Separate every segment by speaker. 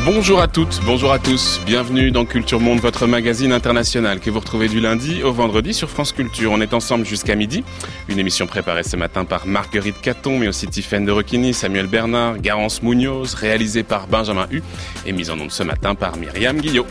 Speaker 1: Bonjour à toutes, bonjour à tous. Bienvenue dans Culture Monde, votre magazine international que vous retrouvez du lundi au vendredi sur France Culture. On est ensemble jusqu'à midi. Une émission préparée ce matin par Marguerite Caton, mais aussi Tiffaine de Roquigny, Samuel Bernard, Garance Munoz, réalisée par Benjamin Hu et mise en onde ce matin par Myriam Guillot.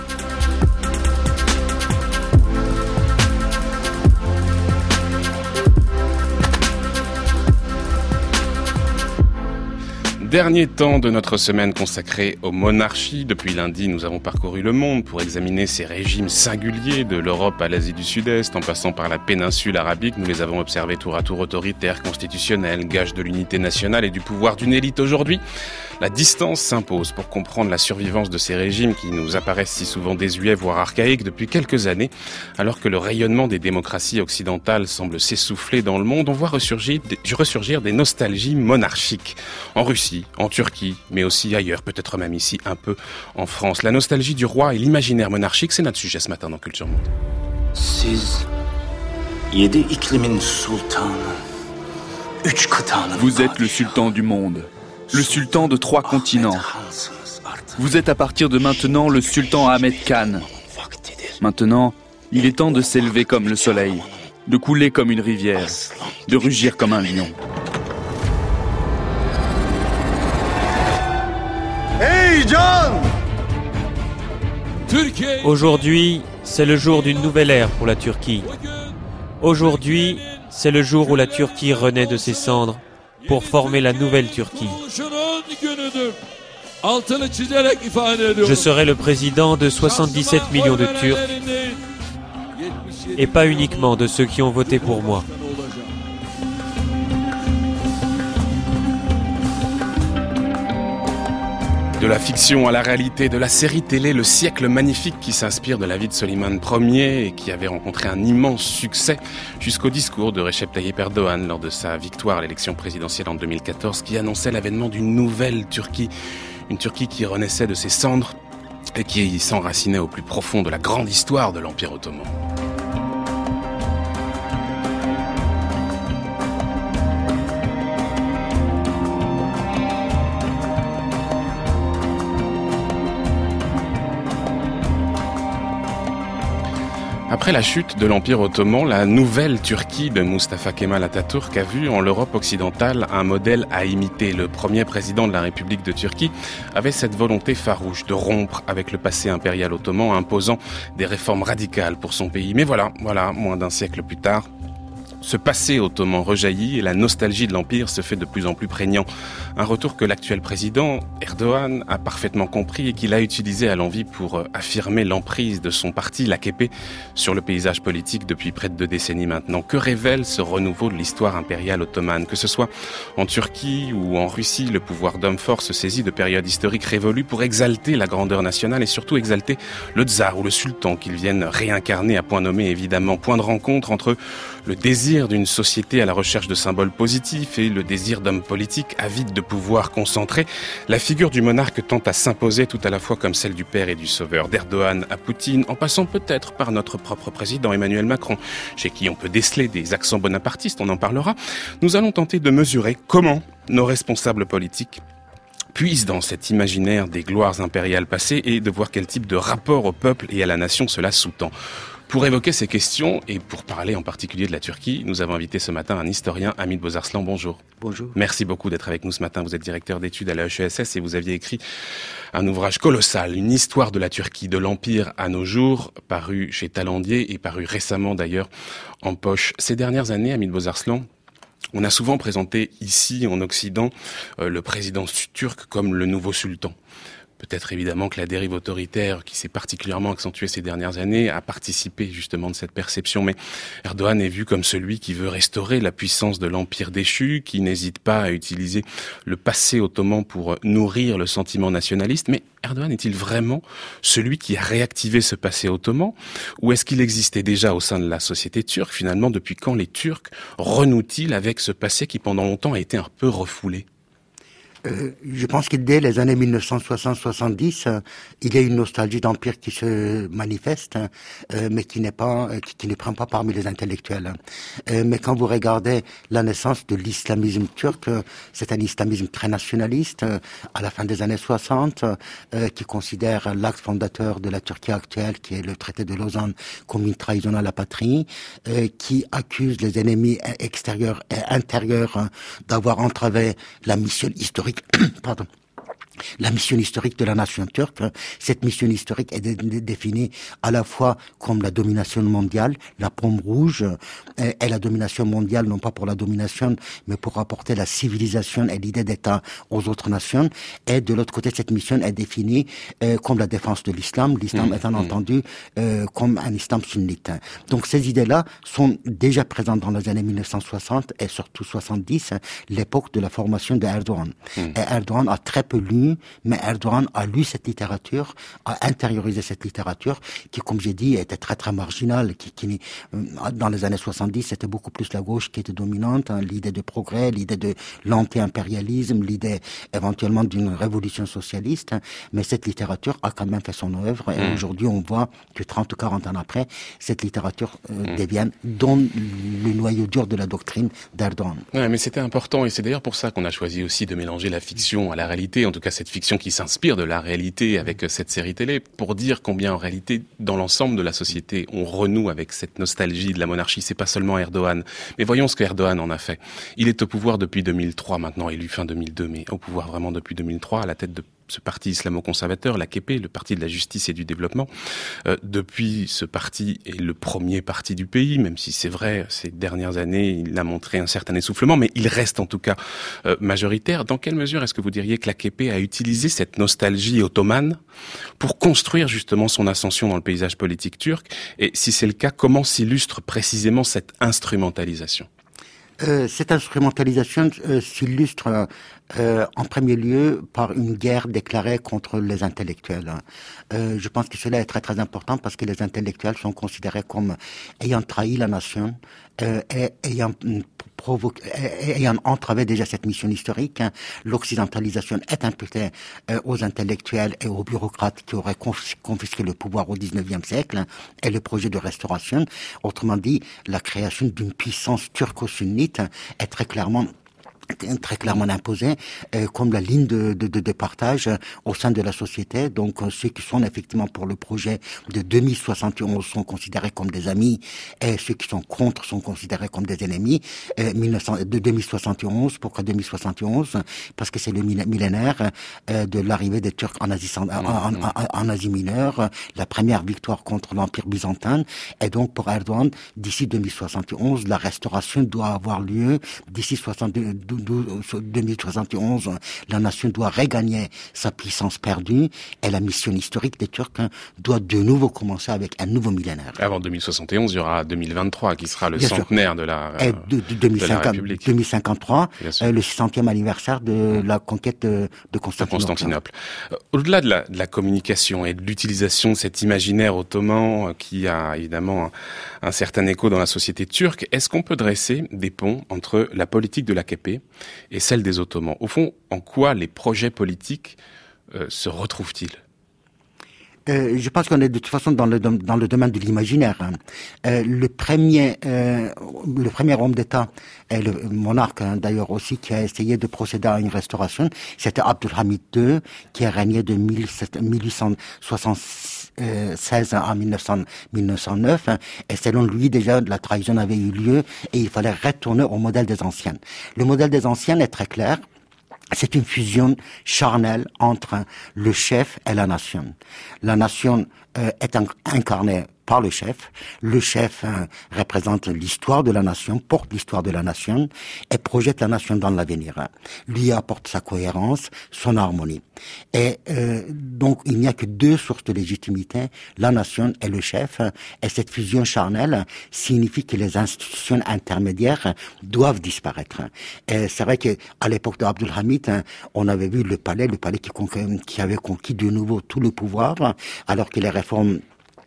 Speaker 1: Dernier temps de notre semaine consacrée aux monarchies. Depuis lundi, nous avons parcouru le monde pour examiner ces régimes singuliers de l'Europe à l'Asie du Sud-Est, en passant par la péninsule arabique. Nous les avons observés tour à tour autoritaires, constitutionnels, gages de l'unité nationale et du pouvoir d'une élite. Aujourd'hui, la distance s'impose pour comprendre la survivance de ces régimes qui nous apparaissent si souvent désuets, voire archaïques depuis quelques années. Alors que le rayonnement des démocraties occidentales semble s'essouffler dans le monde, on voit ressurgir des nostalgies monarchiques. En Russie, en Turquie, mais aussi ailleurs, peut-être même ici, un peu en France. La nostalgie du roi et l'imaginaire monarchique, c'est notre sujet ce matin dans Culture Monde.
Speaker 2: Vous êtes le sultan du monde, le sultan de 3 continents. Vous êtes à partir de maintenant le sultan Ahmed Khan. Maintenant, il est temps de s'élever comme le soleil, de couler comme une rivière, de rugir comme un lion.
Speaker 3: Hey John!
Speaker 4: Aujourd'hui, c'est le jour d'une nouvelle ère pour la Turquie. Aujourd'hui, c'est le jour où la Turquie renaît de ses cendres pour former la nouvelle Turquie. Je serai le président de 77 millions de Turcs et pas uniquement de ceux qui ont voté pour moi.
Speaker 1: De la fiction à la réalité, de la série télé Le siècle magnifique qui s'inspire de la vie de Soliman Ier et qui avait rencontré un immense succès jusqu'au discours de Recep Tayyip Erdogan lors de sa victoire à l'élection présidentielle en 2014 qui annonçait l'avènement d'une nouvelle Turquie, une Turquie qui renaissait de ses cendres et qui s'enracinait au plus profond de la grande histoire de l'Empire ottoman. Après la chute de l'Empire ottoman, la nouvelle Turquie de Mustafa Kemal Atatürk a vu en l'Europe occidentale un modèle à imiter. Le premier président de la République de Turquie avait cette volonté farouche de rompre avec le passé impérial ottoman, imposant des réformes radicales pour son pays. Mais voilà, moins d'un siècle plus tard, ce passé ottoman rejaillit et la nostalgie de l'Empire se fait de plus en plus prégnant. Un retour que l'actuel président, Erdogan, a parfaitement compris et qu'il a utilisé à l'envi pour affirmer l'emprise de son parti, l'AKP, sur le paysage politique depuis près de 2 décennies maintenant. Que révèle ce renouveau de l'histoire impériale ottomane? Que ce soit en Turquie ou en Russie, le pouvoir d'homme fort se saisit de périodes historiques révolues pour exalter la grandeur nationale et surtout exalter le tsar ou le sultan qu'ils viennent réincarner à point nommé évidemment. Point de rencontre entre le désir d'une société à la recherche de symboles positifs et le désir d'hommes politiques avides de pouvoir concentré. La figure du monarque tente à s'imposer tout à la fois comme celle du père et du sauveur, d'Erdogan à Poutine, en passant peut-être par notre propre président Emmanuel Macron, chez qui on peut déceler des accents bonapartistes, on en parlera. Nous allons tenter de mesurer comment nos responsables politiques puisent dans cet imaginaire des gloires impériales passées et de voir quel type de rapport au peuple et à la nation cela sous-tend. Pour évoquer ces questions et pour parler en particulier de la Turquie, nous avons invité ce matin un historien, Hamid Bozarslan. Bonjour.
Speaker 5: Bonjour.
Speaker 1: Merci beaucoup d'être avec nous ce matin. Vous êtes directeur d'études à la HESS et vous aviez écrit un ouvrage colossal, une histoire de la Turquie, de l'Empire à nos jours, paru chez Talandier et paru récemment d'ailleurs en poche. Ces dernières années, Hamid Bozarslan, on a souvent présenté ici en Occident le président turc comme le nouveau sultan. Peut-être évidemment que la dérive autoritaire qui s'est particulièrement accentuée ces dernières années a participé justement de cette perception. Mais Erdogan est vu comme celui qui veut restaurer la puissance de l'empire déchu, qui n'hésite pas à utiliser le passé ottoman pour nourrir le sentiment nationaliste. Mais Erdogan est-il vraiment celui qui a réactivé ce passé ottoman? Ou est-ce qu'il existait déjà au sein de la société turque? Finalement, depuis quand les Turcs renouent-ils avec ce passé qui pendant longtemps a été un peu refoulé?
Speaker 5: Je pense que dès les années 1960-70, il y a une nostalgie d'empire qui se manifeste, mais qui ne prend pas parmi les intellectuels. Mais quand vous regardez la naissance de l'islamisme turc, c'est un islamisme très nationaliste, à la fin des années 60, qui considère l'axe fondateur de la Turquie actuelle, qui est le traité de Lausanne, comme une trahison à la patrie, qui accuse les ennemis extérieurs et intérieurs d'avoir entravé la mission historique pardon, la mission historique de la nation turque. Cette mission historique est définie à la fois comme la domination mondiale, la pomme rouge, et la domination mondiale, non pas pour la domination, mais pour apporter la civilisation et l'idée d'État aux autres nations. Et de l'autre côté, cette mission est définie comme la défense de l'islam, l'islam étant entendu comme un islam sunnite. Donc ces idées-là sont déjà présentes dans les années 1960 et surtout 70, l'époque de la formation d'Erdogan. Et Erdogan a très peu lu, mais Erdogan a lu cette littérature, a intériorisé cette littérature, qui, comme j'ai dit, était très très marginale, qui dans les années 70, c'était beaucoup plus la gauche qui était dominante, l'idée de progrès, l'idée de l'anti-impérialisme, l'idée éventuellement d'une révolution socialiste, mais cette littérature a quand même fait son œuvre, et aujourd'hui on voit que 30 ou 40 ans après, cette littérature donne le noyau dur de la doctrine d'Erdogan.
Speaker 1: Ouais, mais c'était important, et c'est d'ailleurs pour ça qu'on a choisi aussi de mélanger la fiction à la réalité, en tout cas cette fiction qui s'inspire de la réalité avec cette série télé, pour dire combien en réalité, dans l'ensemble de la société, on renoue avec cette nostalgie de la monarchie. C'est pas seulement Erdogan. Mais voyons ce que Erdogan en a fait. Il est au pouvoir depuis 2003 maintenant, élu fin 2002, mais au pouvoir vraiment depuis 2003, à la tête de ce parti islamo-conservateur, l'AKP, le parti de la justice et du développement. Depuis, ce parti est le premier parti du pays, même si c'est vrai, ces dernières années, il a montré un certain essoufflement, mais il reste en tout cas majoritaire. Dans quelle mesure est-ce que vous diriez que l'AKP a utilisé cette nostalgie ottomane pour construire justement son ascension dans le paysage politique turc? Et si c'est le cas, comment s'illustre précisément cette instrumentalisation?
Speaker 5: Cette instrumentalisation s'illustre en premier lieu par une guerre déclarée contre les intellectuels. Je pense que cela est très très important parce que les intellectuels sont considérés comme ayant trahi la nation et ayant entravé déjà cette mission historique. L'occidentalisation est imputée aux intellectuels et aux bureaucrates qui auraient confisqué le pouvoir au XIXe siècle, et le projet de restauration. Autrement dit, la création d'une puissance turco-sunnite est très clairement imposé comme la ligne de partage au sein de la société. Donc ceux qui sont effectivement pour le projet de 2071 sont considérés comme des amis, et ceux qui sont contre sont considérés comme des ennemis. De 2071, pourquoi 2071? Parce que c'est le millénaire de l'arrivée des Turcs en Asie mineure, la première victoire contre l'Empire byzantin. Et donc pour Erdogan, d'ici 2071, la restauration doit avoir lieu. D'ici 2071, la nation doit regagner sa puissance perdue, et la mission historique des Turcs doit de nouveau commencer avec un nouveau millénaire.
Speaker 1: Avant 2071, il y aura 2023 qui sera le centenaire de la République.
Speaker 5: 2053, le 600e anniversaire de la conquête de Constantinople.
Speaker 1: Au-delà de la communication et de l'utilisation de cet imaginaire ottoman qui a évidemment un certain écho dans la société turque, est-ce qu'on peut dresser des ponts entre la politique de l'AKP et celle des Ottomans? Au fond, en quoi les projets politiques se retrouvent-ils?
Speaker 5: Je pense qu'on est de toute façon dans le domaine de l'imaginaire. Le premier homme d'État et le monarque d'ailleurs aussi qui a essayé de procéder à une restauration, c'était Abdülhamid II, qui a régné de 1876 à 1909, et selon lui déjà la trahison avait eu lieu et il fallait retourner au modèle des anciens. Le modèle des anciens est très clair. C'est une fusion charnelle entre le chef et la nation. La nation est incarnée par le chef. Le chef représente l'histoire de la nation, porte l'histoire de la nation et projette la nation dans l'avenir. Lui apporte sa cohérence, son harmonie. Et donc il n'y a que deux sources de légitimité, la nation et le chef. Et cette fusion charnelle signifie que les institutions intermédiaires doivent disparaître. Et c'est vrai que à l'époque d'Abdülhamid, on avait vu le palais qui avait conquis de nouveau tout le pouvoir, alors que les réformes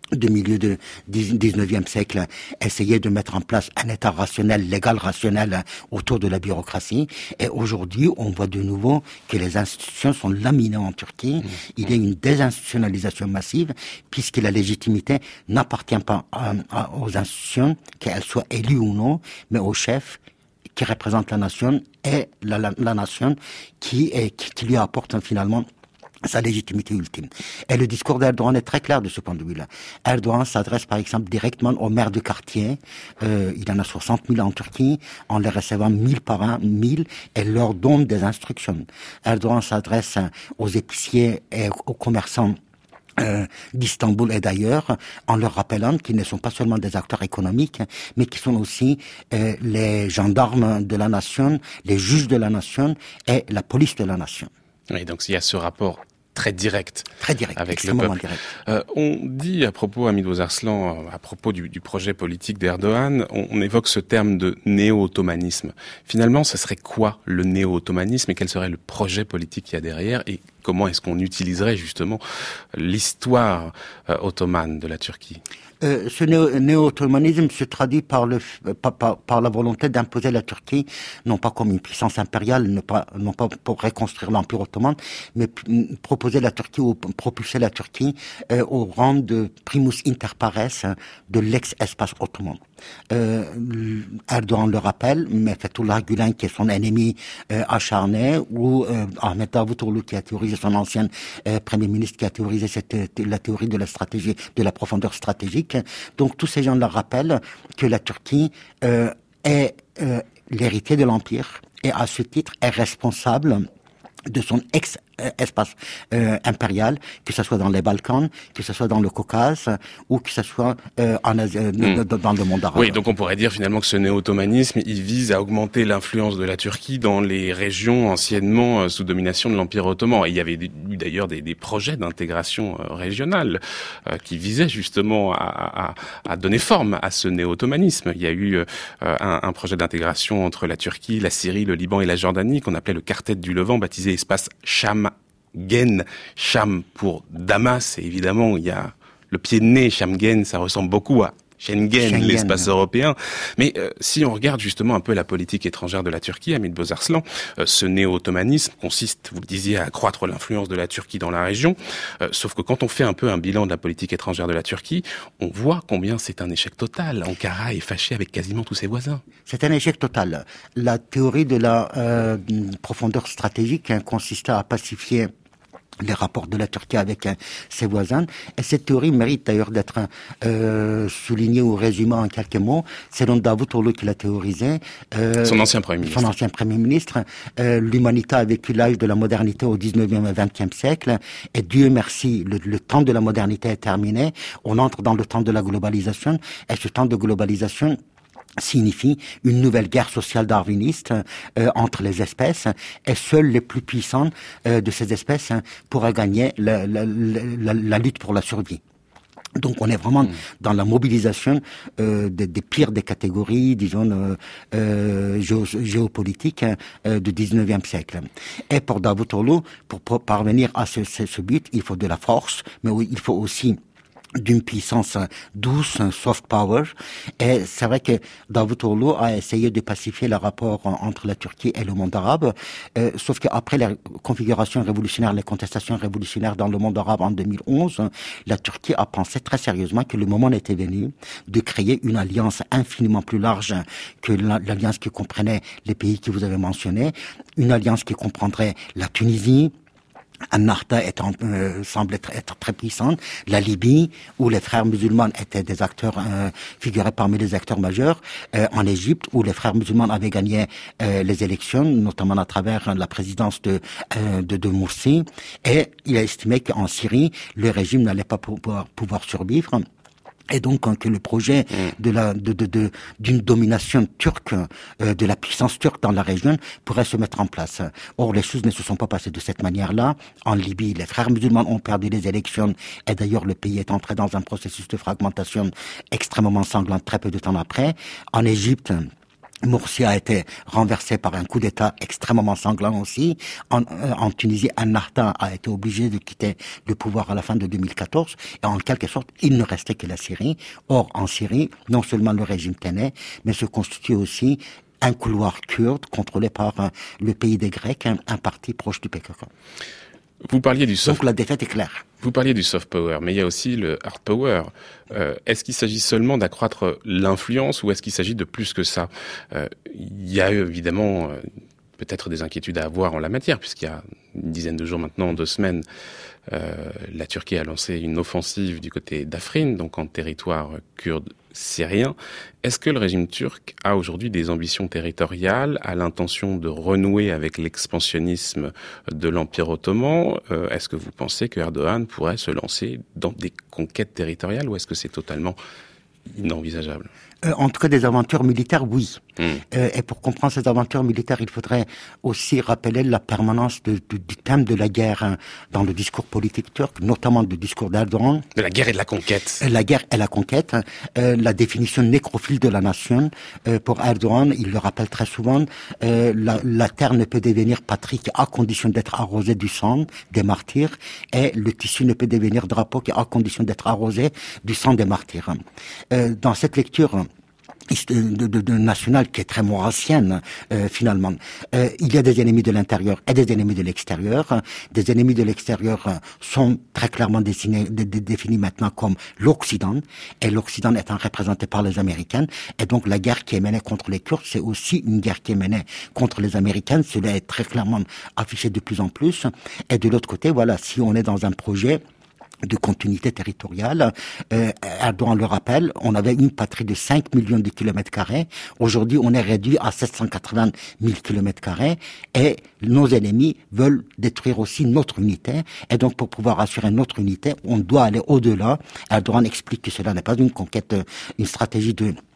Speaker 5: de milieu du 19e siècle essayaient de mettre en place un État rationnel, légal rationnel autour de la bureaucratie. Et aujourd'hui, on voit de nouveau que les institutions sont laminées en Turquie. Il y a une désinstitutionnalisation massive puisque la légitimité n'appartient pas aux institutions, qu'elles soient élues ou non, mais aux chefs qui représentent la nation et la nation qui lui apporte finalement sa légitimité ultime. Et le discours d'Erdogan est très clair de ce point de vue-là. Erdogan s'adresse par exemple directement aux maires de quartier. Il y en a 60 000 en Turquie, en les recevant 1000 par an, 1000, et leur donne des instructions. Erdogan s'adresse aux épiciers et aux commerçants d'Istanbul et d'ailleurs, en leur rappelant qu'ils ne sont pas seulement des acteurs économiques, mais qui sont aussi les gendarmes de la nation, les juges de la nation et la police de la nation.
Speaker 1: Oui, donc il y a ce rapport très direct avec le peuple.
Speaker 5: Direct.
Speaker 1: On dit à propos, Hamid Bouzarslan, à propos du projet politique d'Erdogan, on évoque ce terme de néo-ottomanisme. Finalement, ce serait quoi le néo-ottomanisme et quel serait le projet politique qu'il y a derrière et comment est-ce qu'on utiliserait justement l'histoire ottomane de la Turquie ?
Speaker 5: Ce néo-ottomanisme se traduit par la volonté d'imposer la Turquie, non pas comme une puissance impériale, non pas pour reconstruire l'Empire ottoman, mais proposer la Turquie ou propulser la Turquie au rang de primus inter pares de l'ex-espace ottoman. Erdogan le rappelle, mais Fethullah Gülen, qui est son ennemi acharné, ou Ahmet Davutoğlu, qui a théorisé, son ancien premier ministre, qui a théorisé la théorie de la stratégie, de la profondeur stratégique. Donc tous ces gens leur rappellent que la Turquie est l'héritier de l'Empire et à ce titre est responsable de son ex-espace impérial, que ce soit dans les Balkans, que ce soit dans le Caucase ou que ce soit en Asie, dans le monde arabe.
Speaker 1: Oui, donc on pourrait dire finalement que ce néo-ottomanisme, il vise à augmenter l'influence de la Turquie dans les régions anciennement sous domination de l'Empire ottoman. Et il y avait eu d'ailleurs des projets d'intégration régionale qui visaient justement à donner forme à ce néo-ottomanisme. Il y a eu un projet d'intégration entre la Turquie, la Syrie, le Liban et la Jordanie qu'on appelait le Quartet du Levant, baptisé espace Shamgen, Sham pour Damas, et évidemment il y a le pied de nez, Shamgen, ça ressemble beaucoup à Schengen, l'espace européen. Mais si on regarde justement un peu la politique étrangère de la Turquie, Hamid Bouzarslan, ce néo-ottomanisme consiste, vous le disiez, à accroître l'influence de la Turquie dans la région. Sauf que quand on fait un peu un bilan de la politique étrangère de la Turquie, on voit combien c'est un échec total. Ankara est fâché avec quasiment tous ses voisins.
Speaker 5: C'est un échec total. La théorie de la profondeur stratégique consistait à pacifier les rapports de la Turquie avec ses voisins. Et cette théorie mérite d'ailleurs d'être soulignée ou résumée en quelques mots. C'est donc Davutoğlu qui l'a théorisé.
Speaker 1: Son ancien Premier ministre.
Speaker 5: L'humanité a vécu l'âge de la modernité au 19e et 20e siècle. Et Dieu merci, le temps de la modernité est terminé. On entre dans le temps de la globalisation. Et ce temps de globalisation signifie une nouvelle guerre sociale darwiniste entre les espèces, et seuls les plus puissants de ces espèces pourraient gagner la lutte pour la survie. Donc on est vraiment dans la mobilisation des pires des catégories, disons, géopolitiques du 19e siècle. Et pour Davutoğlu, pour parvenir à ce but, il faut de la force, mais il faut aussi d'une puissance douce, soft power. Et c'est vrai que Davutoğlu a essayé de pacifier le rapport entre la Turquie et le monde arabe, sauf qu'après la configuration révolutionnaire, les contestations révolutionnaires dans le monde arabe en 2011, la Turquie a pensé très sérieusement que le moment était venu de créer une alliance infiniment plus large que l'alliance qui comprenait les pays que vous avez mentionnés, une alliance qui comprendrait la Tunisie, Ennahda semble être très puissante, la Libye, où les frères musulmans étaient des acteurs, figuraient parmi les acteurs majeurs, en Égypte, où les frères musulmans avaient gagné les élections, notamment à travers la présidence de Morsi, et il a estimé qu'en Syrie, le régime n'allait pas pouvoir survivre. Et donc que le projet d'une domination turque, de la puissance turque dans la région pourrait se mettre en place. Or, les choses ne se sont pas passées de cette manière-là. En Libye, les frères musulmans ont perdu les élections et d'ailleurs le pays est entré dans un processus de fragmentation extrêmement sanglant très peu de temps après. En Égypte, Morsi a été renversé par un coup d'État extrêmement sanglant aussi. En Tunisie, Ennahda a été obligé de quitter le pouvoir à la fin de 2014. Et en quelque sorte, il ne restait que la Syrie. Or, en Syrie, non seulement le régime tenait, mais se constitue aussi un couloir kurde contrôlé par le pays des Grecs, un parti proche du PKK.
Speaker 1: Vous parliez du soft...
Speaker 5: Donc la défaite est claire.
Speaker 1: Vous parliez du soft power, mais il y a aussi le hard power. Est-ce qu'il s'agit seulement d'accroître l'influence ou est-ce qu'il s'agit de plus que ça? Il y a évidemment peut-être des inquiétudes à avoir en la matière, puisqu'il y a une dizaine de jours maintenant, 2 semaines, la Turquie a lancé une offensive du côté d'Afrin, donc en territoire kurde syrien. Est-ce que le régime turc a aujourd'hui des ambitions territoriales, a l'intention de renouer avec l'expansionnisme de l'Empire ottoman? Est-ce que vous pensez que Erdogan pourrait se lancer dans des conquêtes territoriales ou est-ce que c'est totalement inenvisageable?
Speaker 5: En tout cas, des aventures militaires, oui. Et pour comprendre ces aventures militaires, il faudrait aussi rappeler la permanence du thème de la guerre dans le discours politique turc, notamment le discours d'Erdogan.
Speaker 1: De la guerre et de la conquête.
Speaker 5: La guerre et la conquête. La définition nécrophile de la nation. Pour Erdogan, il le rappelle très souvent, la terre ne peut devenir patrie qu'à condition d'être arrosée du sang des martyrs, et le tissu ne peut devenir drapeau qu'à condition d'être arrosé du sang des martyrs. Dans cette lecture de nationale qui est très maurassienne finalement. Il y a des ennemis de l'intérieur et des ennemis de l'extérieur. Des ennemis de l'extérieur sont très clairement définis maintenant comme l'Occident, et l'Occident étant représenté par les Américains. Et donc la guerre qui est menée contre les Kurdes, c'est aussi une guerre qui est menée contre les Américains. Cela est très clairement affiché de plus en plus. Et de l'autre côté, voilà, si on est dans un projet de continuité territoriale. Erdogan le rappelle, on avait une patrie de 5 millions de kilomètres carrés. Aujourd'hui, on est réduit à 780 000 kilomètres carrés, et nos ennemis veulent détruire aussi notre unité. Et donc, pour pouvoir assurer notre unité, on doit aller au-delà. Erdogan explique que cela n'est pas une conquête, une stratégie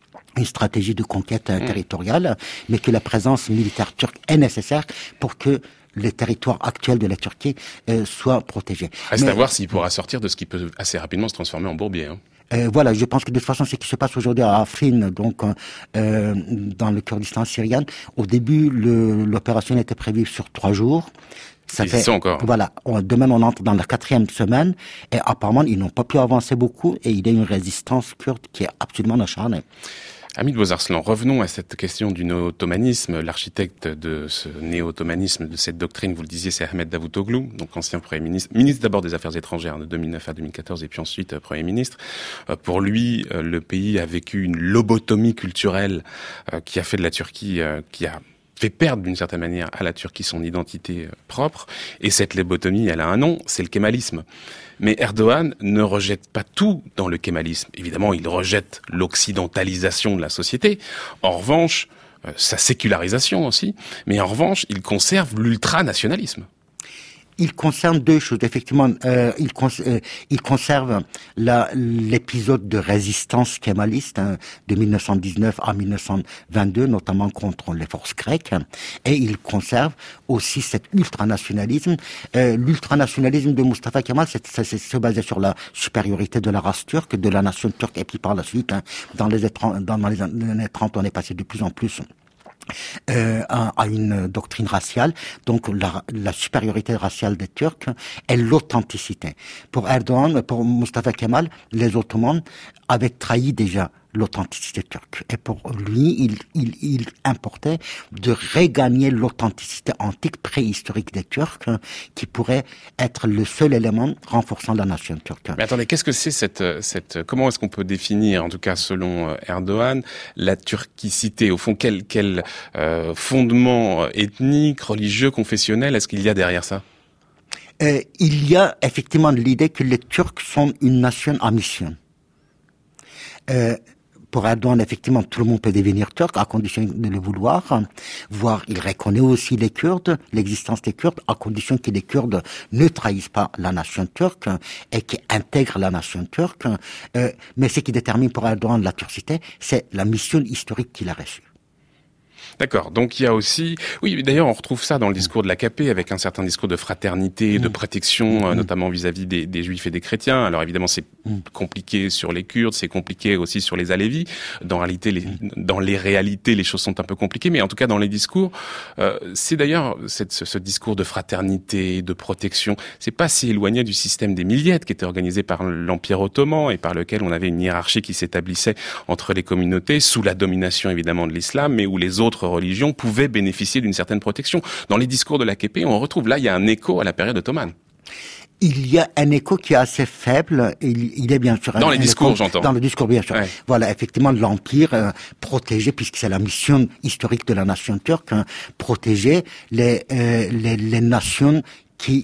Speaker 5: de conquête territoriale, mais que la présence militaire turque est nécessaire pour que les territoires actuels de la Turquie soient protégés.
Speaker 1: Reste à voir s'il pourra sortir de ce qui peut assez rapidement se transformer en bourbier.
Speaker 5: Voilà, je pense que de toute façon, ce qui se passe aujourd'hui à Afrin, donc dans le Kurdistan syrien, au début, l'opération était prévue sur 3 jours. Ça fait, encore. Voilà, demain on entre dans la 4e semaine, et apparemment ils n'ont pas pu avancer beaucoup, et il y a une résistance kurde qui est absolument acharnée.
Speaker 1: Hamid Bozarslan, revenons à cette question du néo-ottomanisme. L'architecte de ce néo-ottomanisme, de cette doctrine, vous le disiez, c'est Ahmed Davutoglu, donc ancien Premier ministre, ministre d'abord des Affaires étrangères de 2009 à 2014 et puis ensuite Premier ministre. Pour lui, le pays a vécu une lobotomie culturelle qui a fait de la Turquie, qui a fait perdre d'une certaine manière à la Turquie son identité propre. Et cette lobotomie, elle a un nom, c'est le kémalisme. Mais Erdogan ne rejette pas tout dans le kémalisme. Évidemment, il rejette l'occidentalisation de la société. En revanche, sa sécularisation aussi. Mais en revanche, il conserve l'ultranationalisme.
Speaker 5: Il concerne 2 choses. Effectivement, il conserve l'épisode de résistance kémaliste de 1919 à 1922, notamment contre les forces grecques, et il conserve aussi cet ultranationalisme. L'ultranationalisme de Mustafa Kemal, c'est se basait sur la supériorité de la race turque, de la nation turque, et puis par la suite, dans les années 30, on est passé de plus en plus à une doctrine raciale. Donc la supériorité raciale des Turcs et l'authenticité. Pour Erdogan, pour Mustafa Kemal, les Ottomans avaient trahi déjà l'authenticité turque. Et pour lui, il importait de regagner l'authenticité antique, préhistorique des Turcs, qui pourrait être le seul élément renforçant la nation turque.
Speaker 1: Mais attendez, qu'est-ce que c'est comment est-ce qu'on peut définir, en tout cas selon Erdogan, la turquicité? Au fond, quel fondement ethnique, religieux, confessionnel est-ce qu'il y a derrière ça?
Speaker 5: Il y a effectivement l'idée que les Turcs sont une nation à mission. Pour Erdogan, effectivement, tout le monde peut devenir turc à condition de le vouloir. Voire, il reconnaît aussi les Kurdes, l'existence des Kurdes, à condition que les Kurdes ne trahissent pas la nation turque et qui intègrent la nation turque. Mais ce qui détermine pour Erdogan la turcité, c'est la mission historique qu'il a reçue.
Speaker 1: D'accord. Donc il y a aussi, oui, d'ailleurs on retrouve ça dans le discours de l'AKP avec un certain discours de fraternité, de protection, notamment vis-à-vis des Juifs et des chrétiens. Alors évidemment c'est compliqué sur les Kurdes, c'est compliqué aussi sur les Alévis. Dans les réalités, les choses sont un peu compliquées, mais en tout cas dans les discours, c'est d'ailleurs ce discours de fraternité, de protection, c'est pas si éloigné du système des Milliettes qui était organisé par l'Empire ottoman et par lequel on avait une hiérarchie qui s'établissait entre les communautés sous la domination évidemment de l'islam, mais où les autres religions pouvaient bénéficier d'une certaine protection. Dans les discours de l'AKP, on retrouve là, il y a un écho à la période ottomane.
Speaker 5: Il y a un écho qui est assez faible. Il est bien sûr
Speaker 1: dans les discours, j'entends.
Speaker 5: Dans le discours, bien sûr. Ouais. Voilà, effectivement, l'empire protéger, puisque c'est la mission historique de la nation turque, protéger les nations qui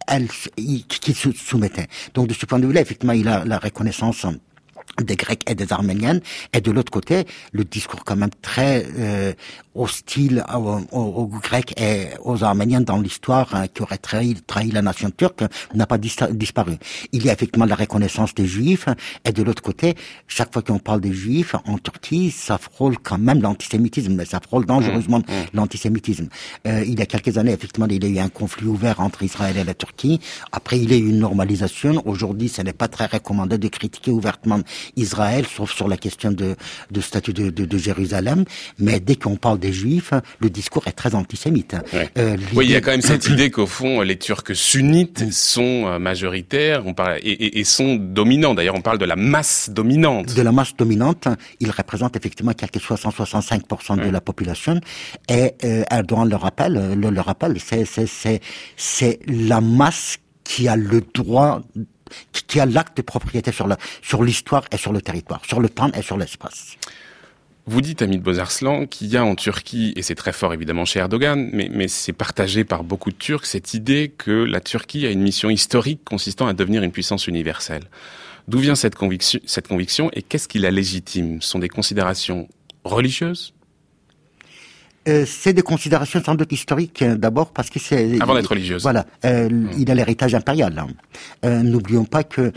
Speaker 5: se soumettaient. Donc, de ce point de vue-là, effectivement, il a la reconnaissance des Grecs et des Arméniennes, et de l'autre côté, le discours quand même très hostile aux Grecs et aux Arméniens dans l'histoire, qui aurait trahi la nation turque, n'a pas disparu. Il y a effectivement la reconnaissance des Juifs, et de l'autre côté, chaque fois qu'on parle des Juifs en Turquie, ça frôle quand même l'antisémitisme, mais ça frôle dangereusement l'antisémitisme. Il y a quelques années, effectivement, il y a eu un conflit ouvert entre Israël et la Turquie. Après, il y a eu une normalisation. Aujourd'hui, ce n'est pas très recommandé de critiquer ouvertement Israël, sauf sur la question de statut de Jérusalem. Mais dès qu'on parle des Juifs, le discours est très antisémite.
Speaker 1: Ouais. Oui, il y a quand même cette idée qu'au fond, les Turcs sunnites sont majoritaires, et sont dominants. D'ailleurs, on parle de la masse dominante.
Speaker 5: De la masse dominante, ils représentent effectivement quelque 60-65% de la population. Et Erdogan le rappelle, c'est la masse qui a le droit, qui a l'acte de propriété sur l'histoire et sur le territoire, sur le temps et sur l'espace.
Speaker 1: Vous dites, Hamid Bozarslan, qu'il y a en Turquie, et c'est très fort évidemment chez Erdogan, mais c'est partagé par beaucoup de Turcs, cette idée que la Turquie a une mission historique consistant à devenir une puissance universelle. D'où vient cette conviction et qu'est-ce qui la légitime ? Ce sont des considérations religieuses ?
Speaker 5: C'est des considérations sans doute historiques d'abord parce que c'est
Speaker 1: avant d'être religieuse.
Speaker 5: Voilà, il a l'héritage impérial. N'oublions pas que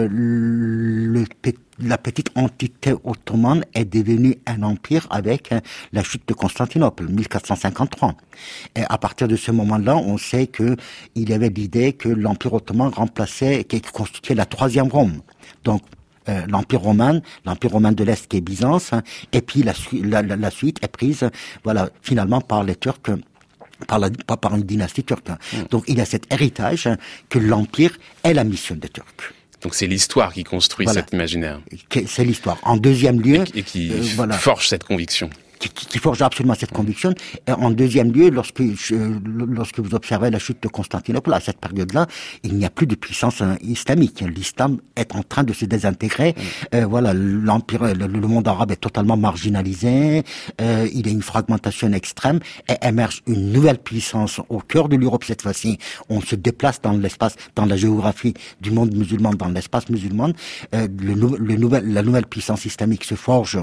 Speaker 5: la petite entité ottomane est devenue un empire avec la chute de Constantinople, 1453. Et à partir de ce moment-là, on sait que il y avait l'idée que l'empire ottoman qui constituait la troisième Rome. Donc l'Empire romain de l'Est qui est Byzance, et puis la suite est prise, voilà, finalement par les Turcs, par une dynastie turque. Donc il y a cet héritage que l'Empire est la mission des Turcs.
Speaker 1: Donc c'est l'histoire qui construit cet imaginaire.
Speaker 5: C'est l'histoire. En deuxième lieu,
Speaker 1: qui forge cette conviction.
Speaker 5: Qui forge absolument cette conviction. Et en deuxième lieu, lorsque vous observez la chute de Constantinople, à cette période-là, il n'y a plus de puissance islamique. L'islam est en train de se désintégrer. Voilà, l'empire, le monde arabe est totalement marginalisé. Il y a une fragmentation extrême et émerge une nouvelle puissance au cœur de l'Europe cette fois-ci. On se déplace dans l'espace, dans la géographie du monde musulman, dans l'espace musulman. La nouvelle puissance islamique se forge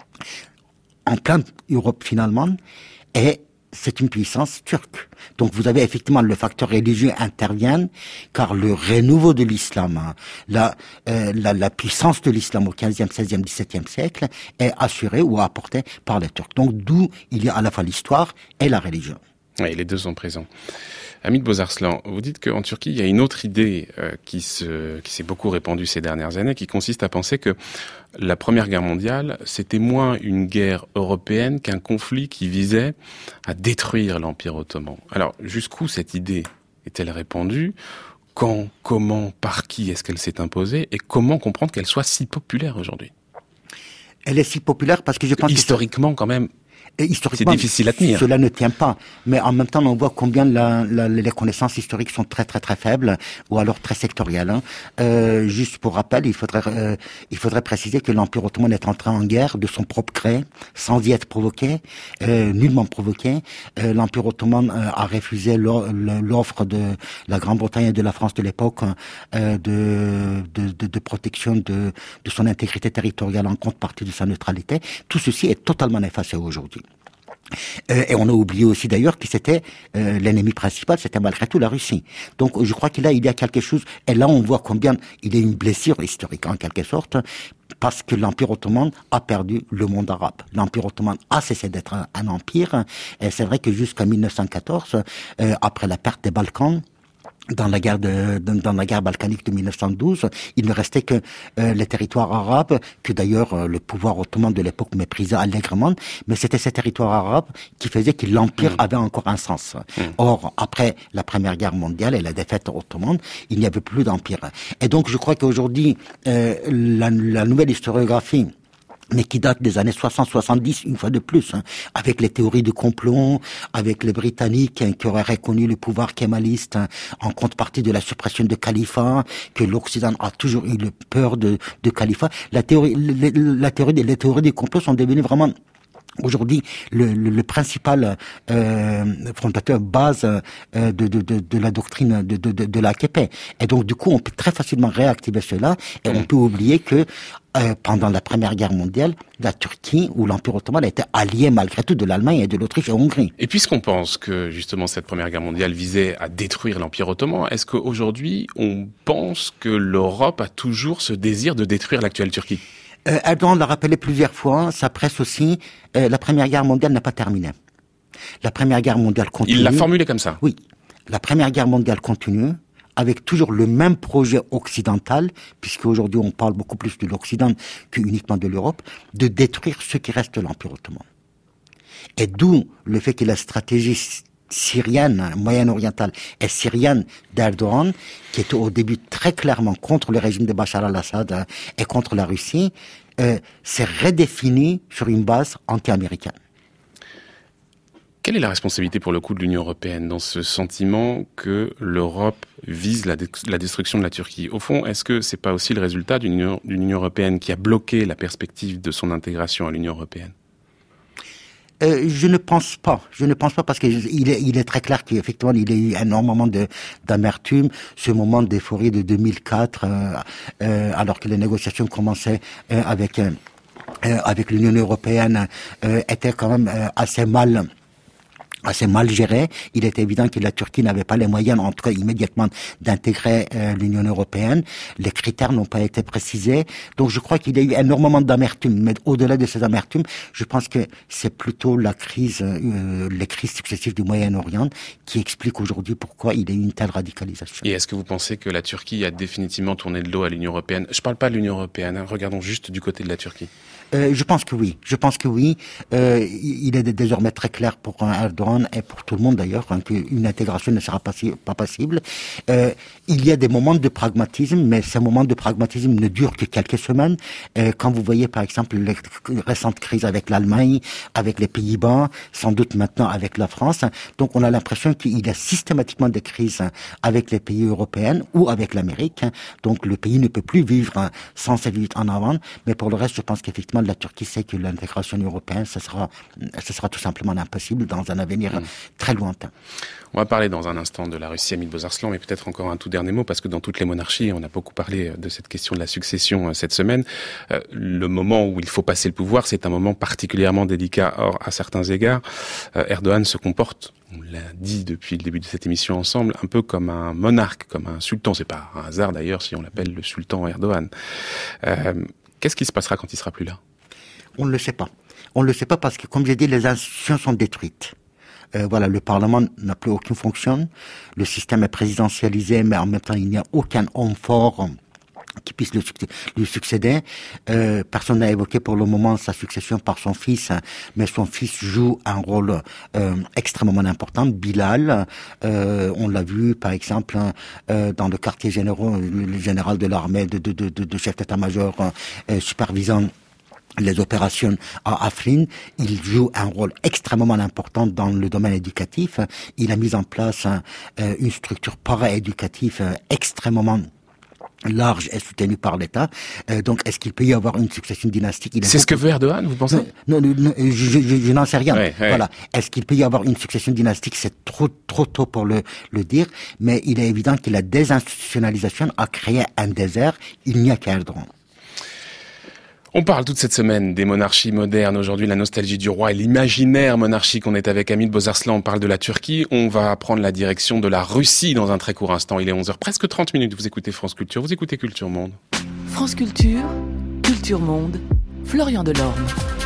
Speaker 5: en pleine Europe finalement, et c'est une puissance turque. Donc vous avez effectivement le facteur religieux intervient, car le renouveau de l'islam, la puissance de l'islam au 15e, 16e, 17e siècle est assurée ou apportée par les Turcs. Donc d'où il y a à la fois l'histoire et la religion.
Speaker 1: Oui, les deux sont présents. Hamid Bozarslan, vous dites qu'en Turquie, il y a une autre idée qui s'est beaucoup répandue ces dernières années, qui consiste à penser que la Première Guerre mondiale, c'était moins une guerre européenne qu'un conflit qui visait à détruire l'Empire ottoman. Alors, jusqu'où cette idée est-elle répandue ? Quand, comment, par qui est-ce qu'elle s'est imposée ? Et comment comprendre qu'elle soit si populaire aujourd'hui ?
Speaker 5: Elle est si populaire parce que je pense
Speaker 1: historiquement, quand même, c'est difficile à tenir.
Speaker 5: Cela ne tient pas. Mais en même temps, on voit combien les connaissances historiques sont très très très faibles, ou alors très sectorielles. Juste pour rappel, il faudrait préciser que l'Empire ottoman est entré en guerre de son propre gré, sans y être provoqué, nullement provoqué. L'Empire ottoman a refusé l'offre de la Grande-Bretagne et de la France de l'époque de protection de son intégrité territoriale en contrepartie de sa neutralité. Tout ceci est totalement effacé aujourd'hui. Et on a oublié aussi d'ailleurs que c'était l'ennemi principal, c'était malgré tout la Russie. Donc je crois qu'il y a quelque chose, et là on voit combien il y a une blessure historique en quelque sorte, parce que l'Empire ottoman a perdu le monde arabe. L'Empire ottoman a cessé d'être un empire, et c'est vrai que jusqu'en 1914, après la perte des Balkans, dans la guerre balkanique de 1912, il ne restait que les territoires arabes, que d'ailleurs le pouvoir ottoman de l'époque méprisait allègrement, mais c'était ces territoires arabes qui faisaient que l'empire avait encore un sens. Or, après la Première Guerre mondiale et la défaite ottomane, il n'y avait plus d'empire. Et donc je crois qu'aujourd'hui, la nouvelle historiographie, mais qui date des années 60-70, une fois de plus, avec les théories du complot, avec les Britanniques qui auraient reconnu le pouvoir kémaliste en contrepartie de la suppression de califat, que l'Occident a toujours eu peur de califat. Les théories du complot sont devenues vraiment aujourd'hui le principal fondateur base de la doctrine de l'AKP. Et donc du coup on peut très facilement réactiver cela, et on peut oublier que pendant la Première Guerre mondiale, la Turquie ou l'Empire ottoman était allié malgré tout de l'Allemagne et de l'Autriche et Hongrie.
Speaker 1: Et puisqu'on pense que justement cette Première Guerre mondiale visait à détruire l'Empire ottoman, est-ce qu'aujourd'hui on pense que l'Europe a toujours ce désir de détruire l'actuelle Turquie ?
Speaker 5: Erdogan l'a rappelé plusieurs fois, sa presse aussi, la Première Guerre mondiale n'a pas terminé. La Première Guerre mondiale continue.
Speaker 1: Il l'a formulé comme ça ?
Speaker 5: Oui. La Première Guerre mondiale continue, avec toujours le même projet occidental, puisqu'aujourd'hui on parle beaucoup plus de l'Occident que uniquement de l'Europe, de détruire ce qui reste de l'Empire ottoman. Et d'où le fait que la stratégie syrienne, moyen-orientale et syrienne d'Erdogan, qui était au début très clairement contre le régime de Bachar al-Assad et contre la Russie, s'est redéfinie sur une base anti-américaine.
Speaker 1: Quelle est la responsabilité pour le coup de l'Union européenne dans ce sentiment que l'Europe vise la destruction de la Turquie ? Au fond, est-ce que c'est pas aussi le résultat d'une Union européenne qui a bloqué la perspective de son intégration à l'Union européenne ?
Speaker 5: Je ne pense pas parce que il est très clair qu'effectivement il y a eu énormément d'amertume, ce moment d'euphorie de 2004, alors que les négociations commençaient avec l'Union européenne, étaient quand même assez mal géré. Il est évident que la Turquie n'avait pas les moyens, en tout cas immédiatement, d'intégrer l'Union européenne. Les critères n'ont pas été précisés. Donc je crois qu'il y a eu énormément d'amertume. Mais au-delà de ces amertumes, je pense que c'est plutôt les crises successives du Moyen-Orient qui expliquent aujourd'hui pourquoi il y a eu une telle radicalisation.
Speaker 1: Et est-ce que vous pensez que la Turquie a définitivement tourné le dos à l'Union européenne ? Je parle pas de l'Union européenne, regardons juste du côté de la Turquie.
Speaker 5: Je pense que oui. Il est désormais très clair pour Erdogan et pour tout le monde d'ailleurs qu'une intégration ne sera pas possible. Il y a des moments de pragmatisme, mais ces moments de pragmatisme ne durent que quelques semaines. Quand vous voyez par exemple les récentes crises avec l'Allemagne, avec les Pays-Bas, sans doute maintenant avec la France, donc on a l'impression qu'il y a systématiquement des crises avec les pays européens ou avec l'Amérique. Donc le pays ne peut plus vivre sans cette lutte en avant, mais pour le reste, je pense qu'effectivement la Turquie sait que l'intégration européenne, ce sera tout simplement impossible dans un avenir très lointain.
Speaker 1: On va parler dans un instant de la Russie, Hamid Bozarslan, mais peut-être encore un tout dernier mot, parce que dans toutes les monarchies, on a beaucoup parlé de cette question de la succession cette semaine. Le moment où il faut passer le pouvoir, c'est un moment particulièrement délicat. Or, à certains égards, Erdogan se comporte, on l'a dit depuis le début de cette émission ensemble, un peu comme un monarque, comme un sultan. C'est pas un hasard d'ailleurs si on l'appelle le sultan Erdogan. Qu'est-ce qui se passera quand il sera plus là ?
Speaker 5: On ne le sait pas. On ne le sait pas parce que, comme j'ai dit, les institutions sont détruites. Le Parlement n'a plus aucune fonction. Le système est présidentialisé, mais en même temps, il n'y a aucun homme fort qui puisse lui succéder. Personne n'a évoqué pour le moment sa succession par son fils, mais son fils joue un rôle extrêmement important. Bilal, on l'a vu par exemple dans le quartier général, le général de l'armée, de chef d'état-major supervisant les opérations à Afrin, il joue un rôle extrêmement important dans le domaine éducatif. Il a mis en place une structure para-éducative extrêmement large et soutenue par l'État. Donc, est-ce qu'il peut y avoir une succession dynastique ?
Speaker 1: C'est ce que veut Erdogan, vous pensez ?
Speaker 5: Non, je n'en sais rien. Ouais. Voilà. Est-ce qu'il peut y avoir une succession dynastique ? C'est trop tôt pour le dire. Mais il est évident que la désinstitutionnalisation a créé un désert. Il n'y a qu'Erdogan.
Speaker 1: On parle toute cette semaine des monarchies modernes. Aujourd'hui, la nostalgie du roi et l'imaginaire monarchique. On est avec Hamid Bozarslan, on parle de la Turquie. On va prendre la direction de la Russie dans un très court instant. Il est 11h, presque 30 minutes. Vous écoutez France Culture, vous écoutez Culture Monde.
Speaker 6: France Culture, Culture Monde, Florian Delorme.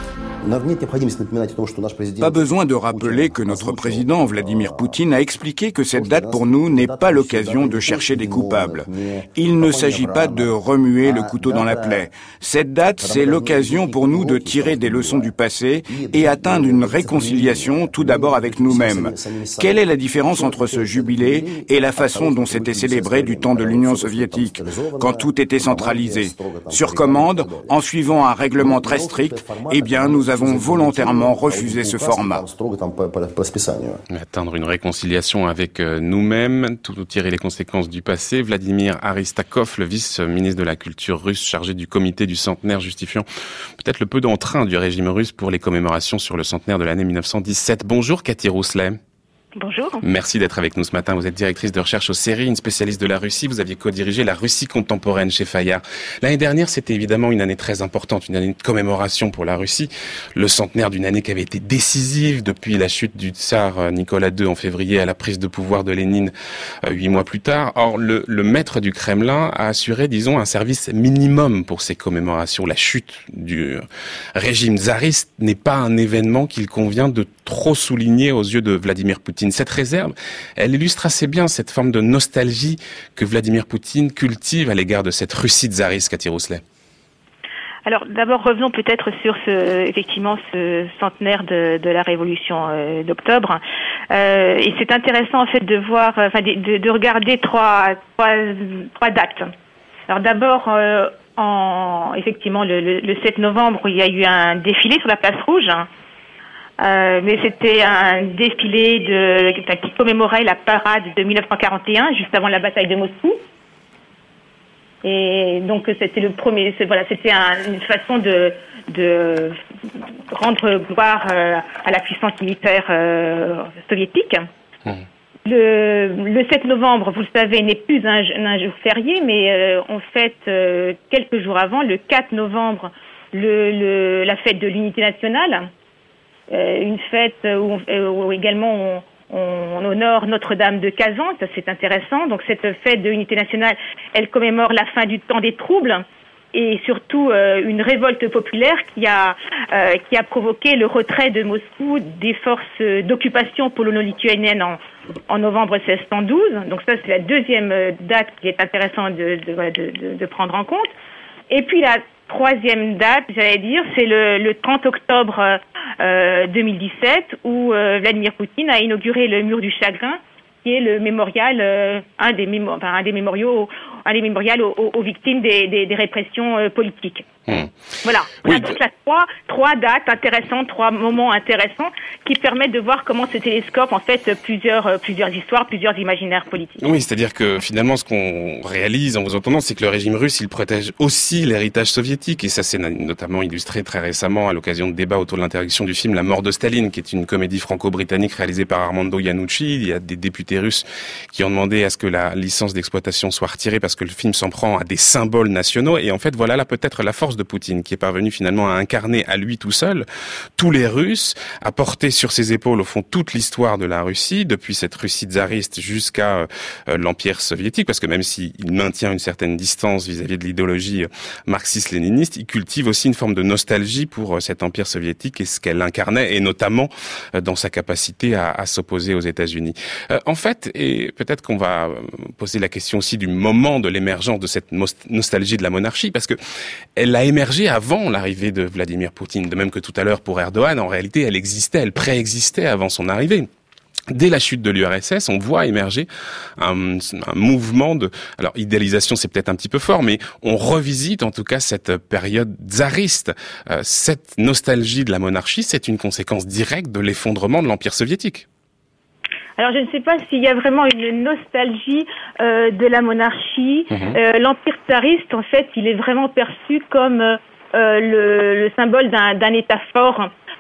Speaker 7: Pas besoin de rappeler que notre président Vladimir Poutine a expliqué que cette date pour nous n'est pas l'occasion de chercher des coupables. Il ne s'agit pas de remuer le couteau dans la plaie. Cette date, c'est l'occasion pour nous de tirer des leçons du passé et atteindre une réconciliation tout d'abord avec nous-mêmes. Quelle est la différence entre ce jubilé et la façon dont c'était célébré du temps de l'Union soviétique, quand tout était centralisé? Sur commande, en suivant un règlement très strict, eh bien, nous avons volontairement refusé ce format.
Speaker 1: Atteindre une réconciliation avec nous-mêmes, tout tirer les conséquences du passé. Vladimir Aristakov, le vice-ministre de la Culture russe chargé du comité du centenaire, justifiant peut-être le peu d'entrain du régime russe pour les commémorations sur le centenaire de l'année 1917. Bonjour Cathy Rousselet.
Speaker 8: Bonjour.
Speaker 1: Merci d'être avec nous ce matin. Vous êtes directrice de recherche au CERI, une spécialiste de la Russie. Vous aviez co-dirigé la Russie contemporaine chez Fayard. L'année dernière, c'était évidemment une année très importante, une année de commémoration pour la Russie. Le centenaire d'une année qui avait été décisive depuis la chute du tsar Nicolas II en février à la prise de pouvoir de Lénine 8 mois plus tard. Or, le maître du Kremlin a assuré, disons, un service minimum pour ces commémorations. La chute du régime tsariste n'est pas un événement qu'il convient de trop souligner aux yeux de Vladimir Poutine. Cette réserve, elle illustre assez bien cette forme de nostalgie que Vladimir Poutine cultive à l'égard de cette Russie tsariste, Cathy Rousselet.
Speaker 8: Alors d'abord revenons peut-être sur ce centenaire de la Révolution d'octobre. Et c'est intéressant en fait de voir, de regarder trois dates. Alors d'abord effectivement le 7 novembre, il y a eu un défilé sur la place Rouge. Mais c'était un défilé qui commémorait la parade de 1941, juste avant la bataille de Moscou. Et donc c'était le premier, c'était une façon de rendre gloire à la puissance militaire soviétique. Le 7 novembre, vous le savez, n'est plus un jour férié, mais on fête quelques jours avant, le 4 novembre, la fête de l'unité nationale. Une fête où également on honore Notre-Dame de Kazan, ça c'est intéressant. Donc cette fête de l'unité nationale, elle commémore la fin du temps des troubles et surtout une révolte populaire qui a provoqué le retrait de Moscou des forces d'occupation polono-lituaniennes en novembre 1612. Donc ça c'est la deuxième date qui est intéressante de prendre en compte. Et puis la troisième date, j'allais dire, c'est le 30 octobre 2017 où Vladimir Poutine a inauguré le mur du chagrin, qui est le mémorial, un des mémoriaux aux victimes des répressions politiques. Voilà.
Speaker 1: Oui.
Speaker 8: Trois dates intéressantes, trois moments intéressants qui permettent de voir comment se télescope en fait plusieurs histoires, plusieurs imaginaires politiques.
Speaker 1: Oui, c'est-à-dire que finalement, ce qu'on réalise en vous entendant, c'est que le régime russe, il protège aussi l'héritage soviétique. Et ça, c'est notamment illustré très récemment à l'occasion de débats autour de l'interdiction du film La mort de Staline, qui est une comédie franco-britannique réalisée par Armando Iannucci. Il y a des députés russes qui ont demandé à ce que la licence d'exploitation soit retirée parce que le film s'en prend à des symboles nationaux. Et en fait, voilà là peut-être la force de Poutine, qui est parvenu finalement à incarner à lui tout seul tous les Russes, à porter sur ses épaules au fond toute l'histoire de la Russie, depuis cette Russie tsariste jusqu'à l'Empire soviétique, parce que même s'il maintient une certaine distance vis-à-vis de l'idéologie marxiste-léniniste, il cultive aussi une forme de nostalgie pour cet Empire soviétique et ce qu'elle incarnait, et notamment dans sa capacité à s'opposer aux États-Unis. En fait, et peut-être qu'on va poser la question aussi du moment de l'émergence de cette nostalgie de la monarchie, parce que elle a émergé avant l'arrivée de Vladimir Poutine, de même que tout à l'heure pour Erdogan. En réalité, elle existait, elle préexistait avant son arrivée. Dès la chute de l'URSS, on voit émerger un mouvement de... Alors, idéalisation, c'est peut-être un petit peu fort, mais on revisite en tout cas cette période tsariste. Cette nostalgie de la monarchie, c'est une conséquence directe de l'effondrement de l'Empire soviétique.
Speaker 8: Alors je ne sais pas s'il y a vraiment une nostalgie de la monarchie. L'Empire tsariste, en fait, il est vraiment perçu comme le symbole d'un État fort,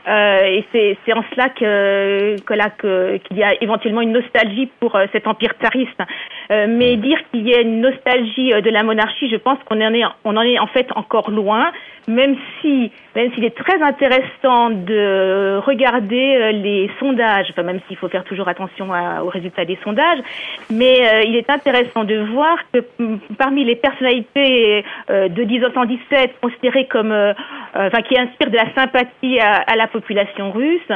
Speaker 8: Et c'est en cela qu'il y a éventuellement une nostalgie pour cet empire tsariste. Mais dire qu'il y ait une nostalgie de la monarchie, je pense qu'on en est en fait encore loin, même s'il est très intéressant de regarder les sondages, enfin même s'il faut faire toujours attention aux résultats des sondages, mais il est intéressant de voir que parmi les personnalités de 1917 considérées comme qui inspirent de la sympathie à la population russe,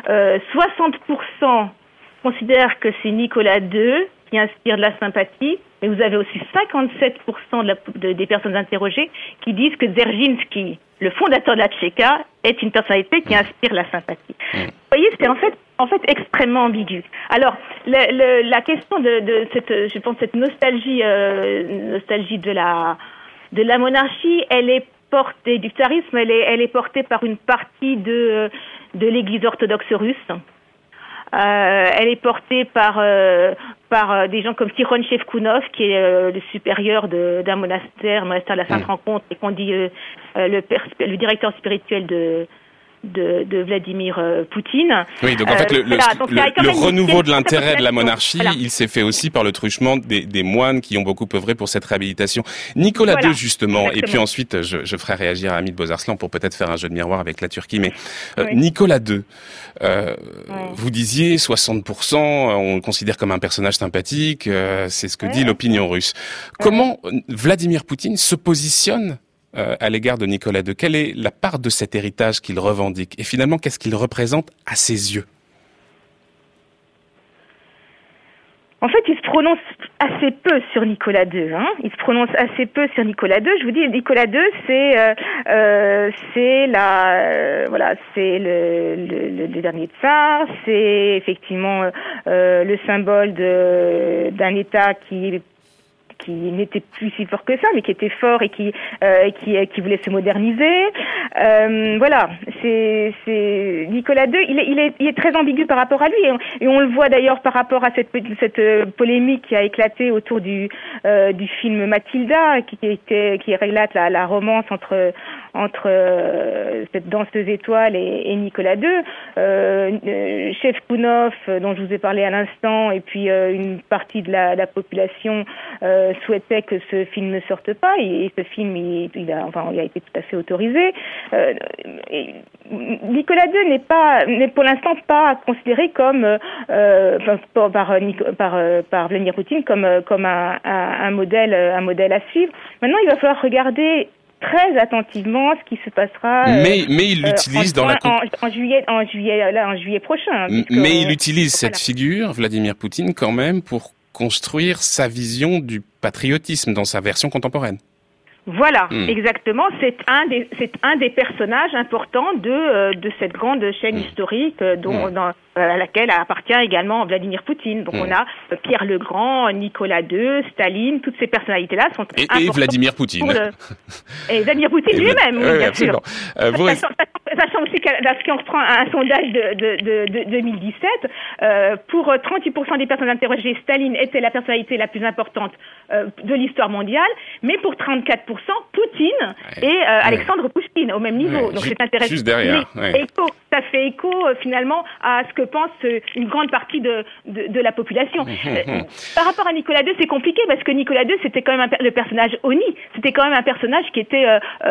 Speaker 8: 60% considèrent que c'est Nicolas II qui inspire de la sympathie, mais vous avez aussi 57% des personnes interrogées qui disent que Dzerzhinsky, le fondateur de la Tchéka, est une personnalité qui inspire la sympathie. Vous voyez, c'est en fait extrêmement ambigu. Alors, la question de cette nostalgie de la monarchie, elle est portée du tsarisme, elle est portée par une partie de l'Église orthodoxe russe. Elle est portée par des gens comme Tikhon Shevkunov, qui est le supérieur d'un monastère de la Sainte Rencontre, et qu'on dit le directeur spirituel de Vladimir Poutine.
Speaker 1: Oui, donc en fait, le renouveau de l'intérêt de la monarchie, il s'est fait aussi par le truchement des moines qui ont beaucoup œuvré pour cette réhabilitation. Nicolas II, justement, exactement. Et puis ensuite, je ferai réagir Hamid Bozarslan pour peut-être faire un jeu de miroir avec la Turquie, mais Nicolas II, vous disiez 60%, on le considère comme un personnage sympathique, c'est ce que dit l'opinion russe. Comment Vladimir Poutine se positionne à l'égard de Nicolas II? Quelle est la part de cet héritage qu'il revendique? Et finalement, qu'est-ce qu'il représente à ses yeux?
Speaker 8: En fait, il se prononce assez peu sur Nicolas II. Il se prononce assez peu sur Nicolas II. Je vous dis, Nicolas II, c'est le dernier tsar. C'est effectivement le symbole d'un État qui n'était plus si fort que ça, mais qui était fort et qui voulait se moderniser. Voilà, c'est Nicolas II. Il est très ambigu par rapport à lui, et on le voit d'ailleurs par rapport à cette polémique qui a éclaté autour du film Mathilda, qui relate la romance entre cette danseuse étoile et Nicolas II. Shevkunov, dont je vous ai parlé à l'instant, et puis une partie de la population souhaitait que ce film ne sorte pas, et ce film il a été tout à fait autorisé. Nicolas II n'est pour l'instant pas considéré comme par Vladimir Poutine comme un modèle à suivre. Maintenant, il va falloir regarder très attentivement ce qui se passera.
Speaker 1: Mais il l'utilise
Speaker 8: en juillet prochain.
Speaker 1: Mais il utilise cette figure, Vladimir Poutine, quand même, pour construire sa vision du patriotisme dans sa version contemporaine.
Speaker 8: Voilà, exactement. C'est un des personnages importants de cette grande chaîne historique à laquelle appartient également Vladimir Poutine. Donc on a Pierre le Grand, Nicolas II, Staline, toutes ces personnalités-là sont importantes.
Speaker 1: Et Vladimir Poutine.
Speaker 8: Et Vladimir Poutine lui-même, oui, bien sûr.
Speaker 1: Sachant
Speaker 8: aussi si on reprend un sondage de 2017, pour 38% des personnes interrogées, Staline était la personnalité la plus importante de l'histoire mondiale, mais pour 34%, Poutine et Alexandre Pouchkine au même niveau. Donc c'est intéressant.
Speaker 1: Juste derrière.
Speaker 8: Ça fait écho finalement à ce que pense une grande partie de la population. Par rapport à Nicolas II, c'est compliqué parce que Nicolas II, c'était quand même le personnage honni. C'était quand même un personnage qui était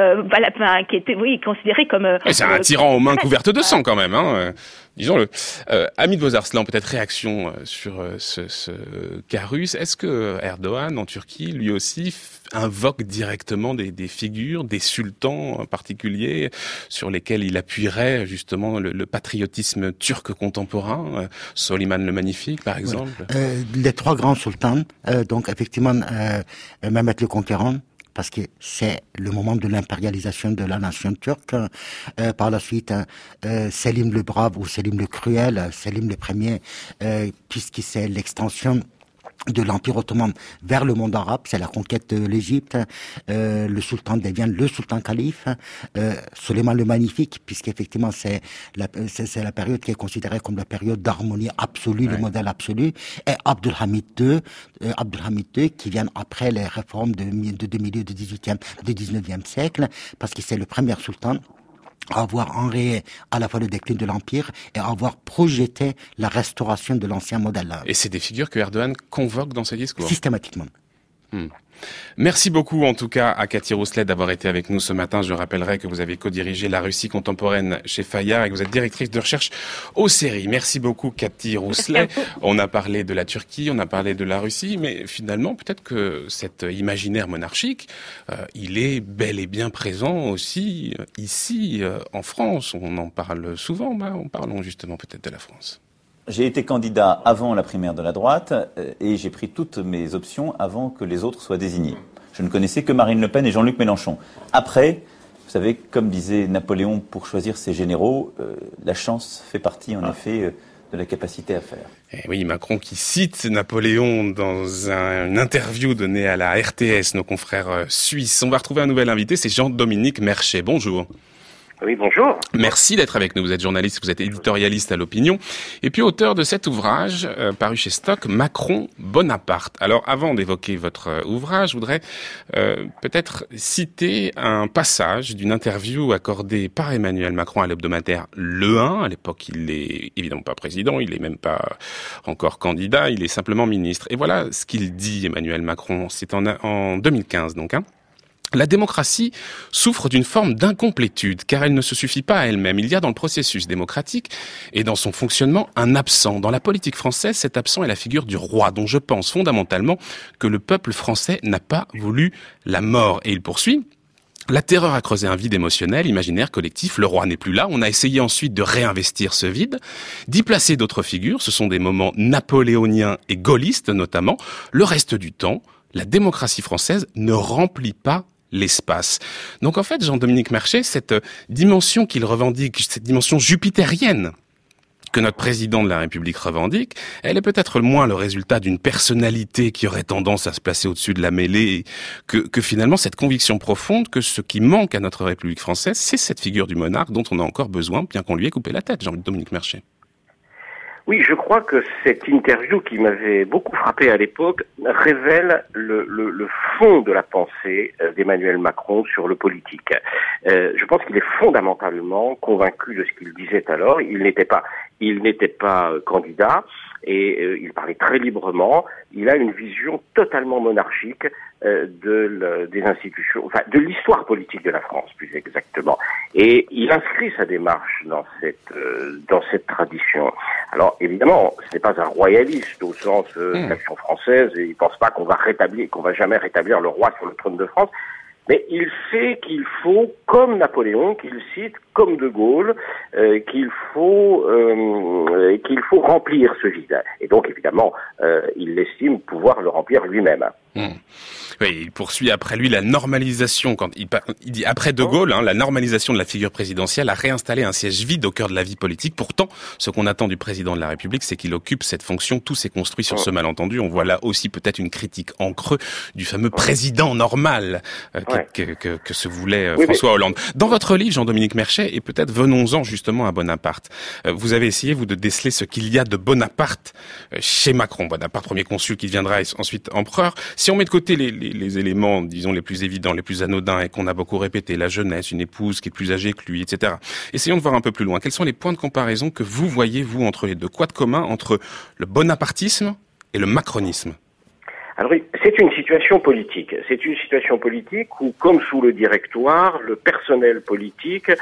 Speaker 8: considéré comme...
Speaker 1: c'est un tyran aux mains couvertes de sang quand même, disons-le. Hamid Bozarslan, peut-être réaction sur ce cas russe. Est-ce que Erdogan, en Turquie, lui aussi, invoque directement des figures, des sultans particuliers sur lesquels il appuierait justement le patriotisme turc contemporain, Soliman le Magnifique par exemple?
Speaker 5: Les trois grands sultans, donc effectivement Mehmet le Conquérant, parce que c'est le moment de l'impérialisation de la nation turque. Par la suite, Selim le Brave ou Selim le Cruel, Selim le Premier, puisque c'est l'extension de l'Empire ottoman vers le monde arabe, c'est la conquête de l'Égypte. Le sultan devient le sultan calife. Soliman le Magnifique, puisqu'effectivement c'est la période qui est considérée comme la période d'harmonie absolue, le modèle absolu. Et Abdulhamid II, qui vient après les réformes de milieu du 19e siècle, parce que c'est le premier sultan à avoir enrayé à la fois le déclin de l'Empire et à avoir projeté la restauration de l'ancien modèle.
Speaker 1: Et c'est des figures que Erdogan convoque dans ses discours.
Speaker 5: Systématiquement.
Speaker 1: Merci beaucoup en tout cas à Cathy Rousselet d'avoir été avec nous ce matin. Je rappellerai que vous avez co-dirigé la Russie contemporaine chez Fayard et que vous êtes directrice de recherche au CERI. Merci beaucoup Cathy Rousselet. On a parlé de la Turquie, on a parlé de la Russie, mais finalement peut-être que cet imaginaire monarchique, il est bel et bien présent aussi ici en France. On en parle souvent, parlons justement peut-être de la France.
Speaker 9: J'ai été candidat avant la primaire de la droite et j'ai pris toutes mes options avant que les autres soient désignés. Je ne connaissais que Marine Le Pen et Jean-Luc Mélenchon. Après, vous savez, comme disait Napoléon pour choisir ses généraux, la chance fait partie en effet de la capacité à faire.
Speaker 1: Et oui, Macron qui cite Napoléon dans une interview donnée à la RTS, nos confrères suisses. On va retrouver un nouvel invité, c'est Jean-Dominique Merchet. Bonjour.
Speaker 10: Oui, bonjour.
Speaker 1: Merci d'être avec nous. Vous êtes journaliste, vous êtes éditorialiste à l'Opinion et puis auteur de cet ouvrage paru chez Stock, Macron Bonaparte. Alors, avant d'évoquer votre ouvrage, je voudrais peut-être citer un passage d'une interview accordée par Emmanuel Macron à l'hebdomadaire Le 1. À l'époque, il n'est évidemment pas président, il n'est même pas encore candidat, il est simplement ministre. Et voilà ce qu'il dit, Emmanuel Macron. C'est en 2015, donc, La démocratie souffre d'une forme d'incomplétude, car elle ne se suffit pas à elle-même. Il y a dans le processus démocratique et dans son fonctionnement un absent. Dans la politique française, cet absent est la figure du roi, dont je pense fondamentalement que le peuple français n'a pas voulu la mort. Et il poursuit. La terreur a creusé un vide émotionnel, imaginaire, collectif. Le roi n'est plus là. On a essayé ensuite de réinvestir ce vide, d'y placer d'autres figures. Ce sont des moments napoléoniens et gaullistes, notamment. Le reste du temps, la démocratie française ne remplit pas l'espace. Donc en fait, Jean-Dominique Merchet, cette dimension qu'il revendique, cette dimension jupitérienne que notre président de la République revendique, elle est peut-être moins le résultat d'une personnalité qui aurait tendance à se placer au-dessus de la mêlée que finalement cette conviction profonde que ce qui manque à notre République française, c'est cette figure du monarque dont on a encore besoin, bien qu'on lui ait coupé la tête, Jean-Dominique Merchet.
Speaker 10: Oui, je crois que cette interview qui m'avait beaucoup frappé à l'époque révèle le fond de la pensée d'Emmanuel Macron sur le politique. Je pense qu'il est fondamentalement convaincu de ce qu'il disait alors. Il n'était pas candidat et il parlait très librement. Il a une vision totalement monarchique des institutions, enfin de l'histoire politique de la France plus exactement. Et il inscrit sa démarche dans cette tradition. Alors évidemment, ce n'est pas un royaliste au sens de l'action française, et il pense pas qu'on va jamais rétablir le roi sur le trône de France. Mais il sait qu'il faut, comme Napoléon, qu'il cite, comme De Gaulle, qu'il faut remplir ce vide. Et donc, évidemment, il estime pouvoir le remplir lui-même.
Speaker 1: Oui, il poursuit après lui la normalisation, quand il dit après De Gaulle, la normalisation de la figure présidentielle a réinstallé un siège vide au cœur de la vie politique. Pourtant, ce qu'on attend du président de la République, c'est qu'il occupe cette fonction. Tout s'est construit sur ce malentendu. On voit là aussi peut-être une critique en creux du fameux président normal que se voulait François Hollande. Dans votre livre, Jean-Dominique Merchet, et peut-être venons-en justement à Bonaparte, vous avez essayé, vous, de déceler ce qu'il y a de Bonaparte chez Macron. Bonaparte, premier consul qui deviendra ensuite empereur. Si on met de côté les éléments, disons, les plus évidents, les plus anodins et qu'on a beaucoup répété, la jeunesse, une épouse qui est plus âgée que lui, etc. Essayons de voir un peu plus loin. Quels sont les points de comparaison que vous voyez, vous, entre les deux? Quoi de commun entre le bonapartisme et le macronisme?
Speaker 10: Alors, c'est une situation politique. C'est une situation politique où, comme sous le Directoire, le personnel politique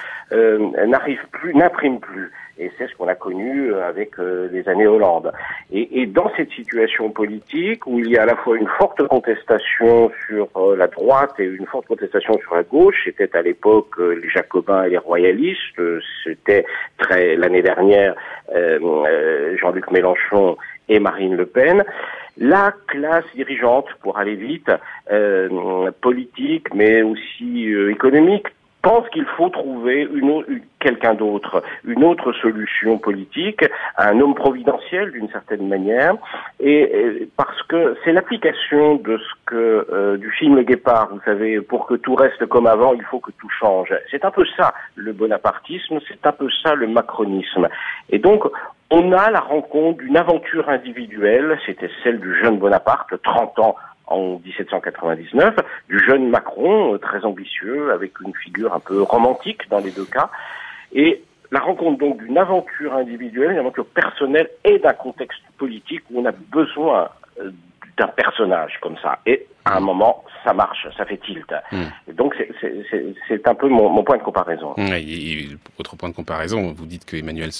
Speaker 10: n'imprime plus. Et c'est ce qu'on a connu avec les années Hollande. Et dans cette situation politique, où il y a à la fois une forte contestation sur la droite et une forte contestation sur la gauche, c'était à l'époque les Jacobins et les royalistes, c'était l'année dernière Jean-Luc Mélenchon et Marine Le Pen, la classe dirigeante, pour aller vite, politique, mais aussi économique, pense qu'il faut trouver quelqu'un d'autre, une autre solution politique, un homme providentiel d'une certaine manière, et parce que c'est l'application de du film Le Guépard, vous savez, pour que tout reste comme avant, il faut que tout change. C'est un peu ça le bonapartisme, c'est un peu ça le macronisme. Et donc, on a la rencontre d'une aventure individuelle, c'était celle du jeune Bonaparte, 30 ans en 1799, du jeune Macron, très ambitieux, avec une figure un peu romantique dans les deux cas, et la rencontre donc d'une aventure individuelle, d'une aventure personnelle et d'un contexte politique où on a besoin d'un personnage comme ça. Et à un moment, ça marche, ça fait tilt. Et donc c'est un peu mon point de comparaison.
Speaker 1: Et autre point de comparaison, vous dites que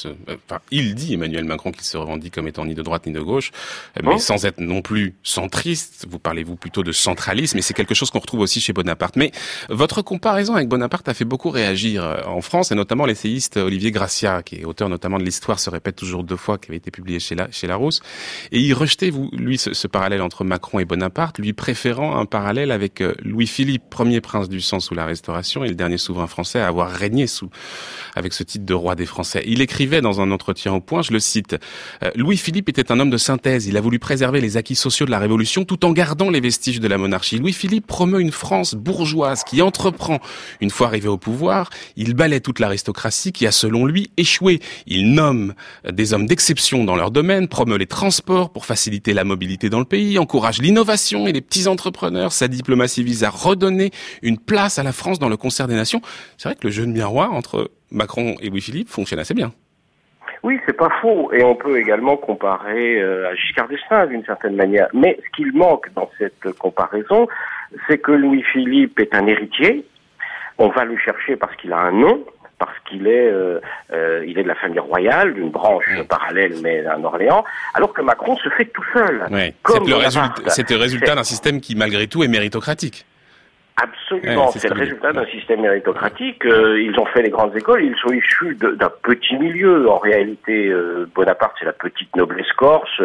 Speaker 1: il dit Emmanuel Macron qu'il se revendique comme étant ni de droite ni de gauche, mais sans être non plus centriste. Vous parlez plutôt de centralisme, et c'est quelque chose qu'on retrouve aussi chez Bonaparte. Mais votre comparaison avec Bonaparte a fait beaucoup réagir en France, et notamment l'essayiste Olivier Gracia, qui est auteur notamment de l'Histoire se répète toujours deux fois, qui avait été publié chez Larousse. Et il rejetait, lui, ce parallèle entre Macron et Bonaparte, lui préférant un parallèle avec Louis-Philippe, premier prince du sang sous la Restauration et le dernier souverain français à avoir régné avec ce titre de roi des Français. Il écrivait dans un entretien au Point, je le cite, « Louis-Philippe était un homme de synthèse. Il a voulu préserver les acquis sociaux de la Révolution tout en gardant les vestiges de la monarchie. Louis-Philippe promeut une France bourgeoise qui entreprend. Une fois arrivé au pouvoir, il balaie toute l'aristocratie qui a, selon lui, échoué. Il nomme des hommes d'exception dans leur domaine, promeut les transports pour faciliter la mobilité dans le pays, encourage l'innovation et les petits entrepreneurs. Sa diplomatie vise à redonner une place à la France dans le concert des nations. » C'est vrai que le jeu de miroir entre Macron et Louis-Philippe fonctionne assez bien.
Speaker 10: Oui, c'est pas faux. Et on peut également comparer à Giscard d'Estaing d'une certaine manière. Mais ce qu'il manque dans cette comparaison, c'est que Louis-Philippe est un héritier. On va le chercher parce qu'il a un nom, parce qu'il est, il est de la famille royale, d'une branche parallèle, mais d'un Orléans, alors que Macron se fait tout seul.
Speaker 1: Oui. C'est le résultat d'un système qui, malgré tout, est méritocratique.
Speaker 10: Absolument, c'est le résultat d'un système méritocratique. Ils ont fait les grandes écoles, ils sont issus d'un petit milieu. En réalité, Bonaparte, c'est la petite noblesse corse,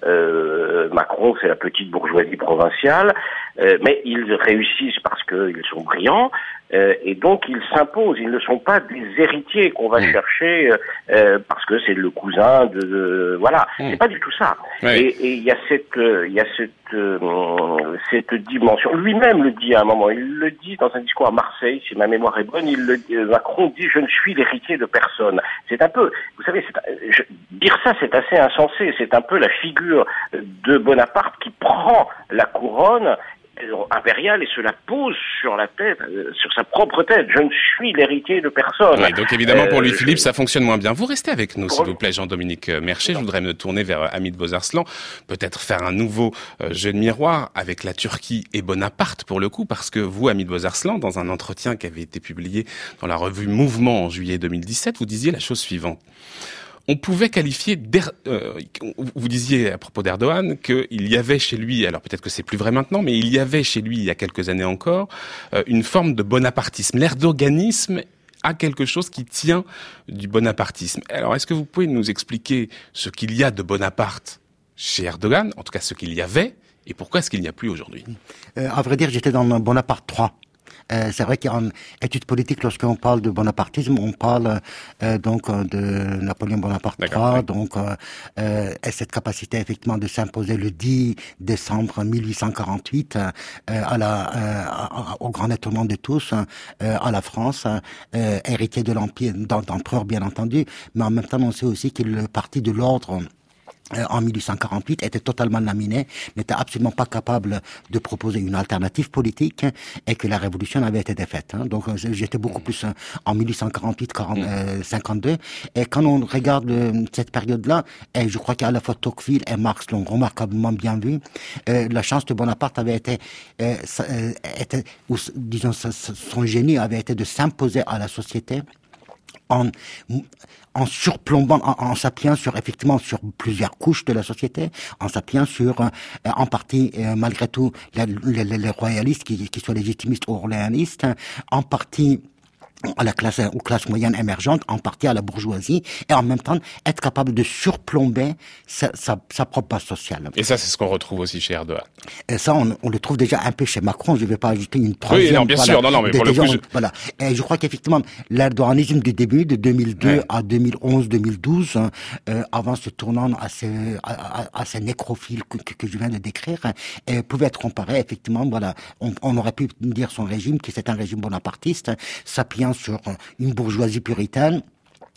Speaker 10: Macron, c'est la petite bourgeoisie provinciale, mais ils réussissent parce qu'ils sont brillants, et donc ils s'imposent. Ils ne sont pas des héritiers qu'on va chercher parce que c'est le cousin de voilà. C'est pas du tout ça. Et il y a cette dimension. Lui-même le dit à un moment. Il le dit dans un discours à Marseille, si ma mémoire est bonne. Macron dit: je ne suis l'héritier de personne. C'est un peu, vous savez, dire ça, c'est assez insensé. C'est un peu la figure de Bonaparte qui prend la couronne impériale et se la pose sur la tête, sur sa propre tête. Je ne suis l'héritier de personne.
Speaker 1: Oui, donc évidemment pour Louis-Philippe, ça fonctionne moins bien. Vous restez avec nous, s'il vous plaît, Jean-Dominique Merchet. Je voudrais me tourner vers Hamid Bozarslan, peut-être faire un nouveau jeu de miroir avec la Turquie et Bonaparte pour le coup, parce que vous, Hamid Bozarslan, dans un entretien qui avait été publié dans la revue Mouvement en juillet 2017, vous disiez la chose suivante. On pouvait qualifier, vous disiez à propos d'Erdogan qu'il y avait chez lui, alors peut-être que c'est plus vrai maintenant, mais il y avait chez lui il y a quelques années encore, une forme de bonapartisme. L'erdoganisme a quelque chose qui tient du bonapartisme. Alors est-ce que vous pouvez nous expliquer ce qu'il y a de Bonaparte chez Erdogan, en tout cas ce qu'il y avait, et pourquoi est-ce qu'il n'y a plus aujourd'hui?
Speaker 5: À vrai dire, j'étais dans Bonaparte 3. C'est vrai qu'en études politiques, lorsqu'on parle de bonapartisme, on parle donc de Napoléon Bonaparte III, donc et cette capacité effectivement de s'imposer le 10 décembre 1848 au grand étonnement de tous, à la France, héritier de l'empire d'empereur bien entendu, mais en même temps on sait aussi que le parti de l'ordre en 1848 était totalement laminé, n'était absolument pas capable de proposer une alternative politique et que la révolution avait été défaite. Donc j'étais beaucoup plus en 1848-52 et quand on regarde cette période-là, et je crois qu'à la fois Tocqueville et Marx l'ont remarquablement bien vu, la chance de Bonaparte avait été, disons son génie avait été de s'imposer à la société en surplombant, en s'appuyant sur effectivement sur plusieurs couches de la société, en s'appuyant sur en partie malgré tout les royalistes qui soient légitimistes ou orléanistes, en partie aux classes moyennes émergentes, en partie à la bourgeoisie, et en même temps être capable de surplomber sa propre base sociale.
Speaker 1: Et ça, c'est ce qu'on retrouve aussi chez Erdogan.
Speaker 5: Et ça, on le trouve déjà un peu chez Macron. Je ne vais pas ajouter une troisième.
Speaker 1: Oui, non, bien sûr, non, mais pour le coup,
Speaker 5: voilà. Et je crois qu'effectivement, l'erdoganisme du début, de 2002 à 2011-2012, avant ce tournant assez nécrophile que je viens de décrire, pouvait être comparé, effectivement, voilà. On aurait pu dire son régime, que c'est un régime bonapartiste, s'appuyant sur une bourgeoisie puritaine,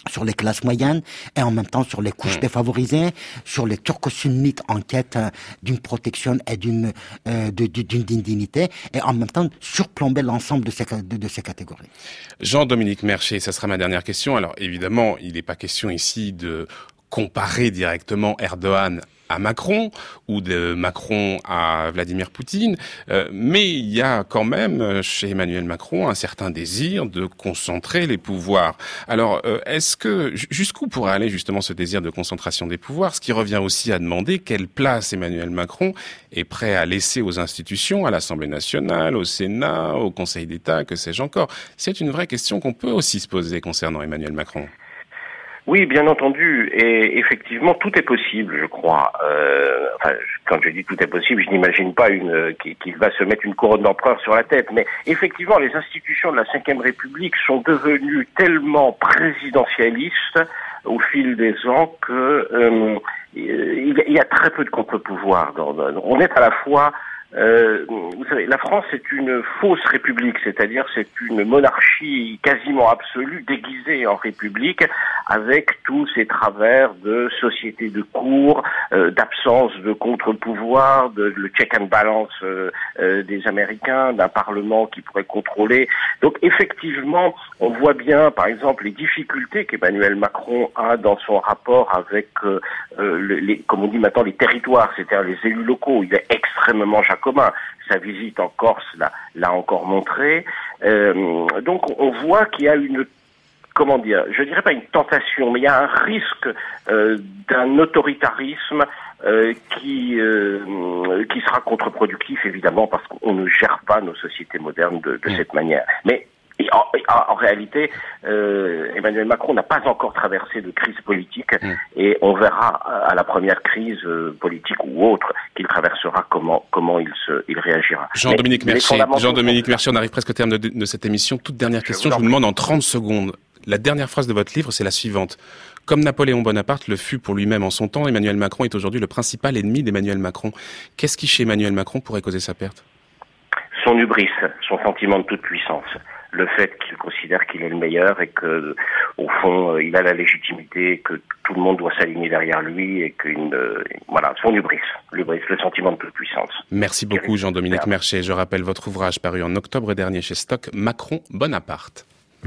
Speaker 5: sur les classes moyennes et en même temps sur les couches défavorisées, sur les turco-sunnites en quête d'une protection et d'une dignité, et en même temps surplomber l'ensemble de ces catégories.
Speaker 1: Jean-Dominique Merchet, ça sera ma dernière question. Alors évidemment, il n'est pas question ici de comparer directement Erdogan à Macron ou de Macron à Vladimir Poutine, mais il y a quand même chez Emmanuel Macron un certain désir de concentrer les pouvoirs. Alors, est-ce que jusqu'où pourrait aller justement ce désir de concentration des pouvoirs, ce qui revient aussi à demander quelle place Emmanuel Macron est prêt à laisser aux institutions, à l'Assemblée nationale, au Sénat, au Conseil d'État, que sais-je encore. C'est une vraie question qu'on peut aussi se poser concernant Emmanuel Macron.
Speaker 10: Oui, bien entendu, et effectivement, tout est possible, je crois. Quand je dis tout est possible, je n'imagine pas qu'il va se mettre une couronne d'empereur sur la tête, mais effectivement, les institutions de la Ve République sont devenues tellement présidentialistes au fil des ans que il y a très peu de contre-pouvoir. On est à la fois vous savez, la France est une fausse république, c'est-à-dire c'est une monarchie quasiment absolue déguisée en république, avec tous ces travers de société de cour, d'absence de contre-pouvoir, le check and balance des Américains, d'un parlement qui pourrait contrôler. Donc effectivement, on voit bien, par exemple, les difficultés qu'Emmanuel Macron a dans son rapport avec comme on dit maintenant, les territoires, c'est-à-dire les élus locaux. Il est extrêmement jacobin. Sa visite en Corse l'a encore montré. Donc on voit qu'il y a je dirais pas une tentation, mais il y a un risque d'un autoritarisme qui sera contre-productif, évidemment, parce qu'on ne gère pas nos sociétés modernes de cette manière. Mais en réalité, Emmanuel Macron n'a pas encore traversé de crise politique et on verra à la première crise politique ou autre qu'il traversera comment il réagira.
Speaker 1: Jean-Dominique Merchet, on arrive presque au terme de cette émission. Toute dernière question, je vous demande en 30 secondes. La dernière phrase de votre livre, c'est la suivante. Comme Napoléon Bonaparte le fut pour lui-même en son temps, Emmanuel Macron est aujourd'hui le principal ennemi d'Emmanuel Macron. Qu'est-ce qui, chez Emmanuel Macron, pourrait causer sa perte ?
Speaker 10: Son hubris, son sentiment de toute puissance. Le fait qu'il considère qu'il est le meilleur et que, au fond, il a la légitimité, que tout le monde doit s'aligner derrière lui et son hubris, le sentiment de toute puissance.
Speaker 1: Merci beaucoup, Jean-Dominique Merchet. Je rappelle votre ouvrage paru en octobre dernier chez Stock, Macron Bonaparte.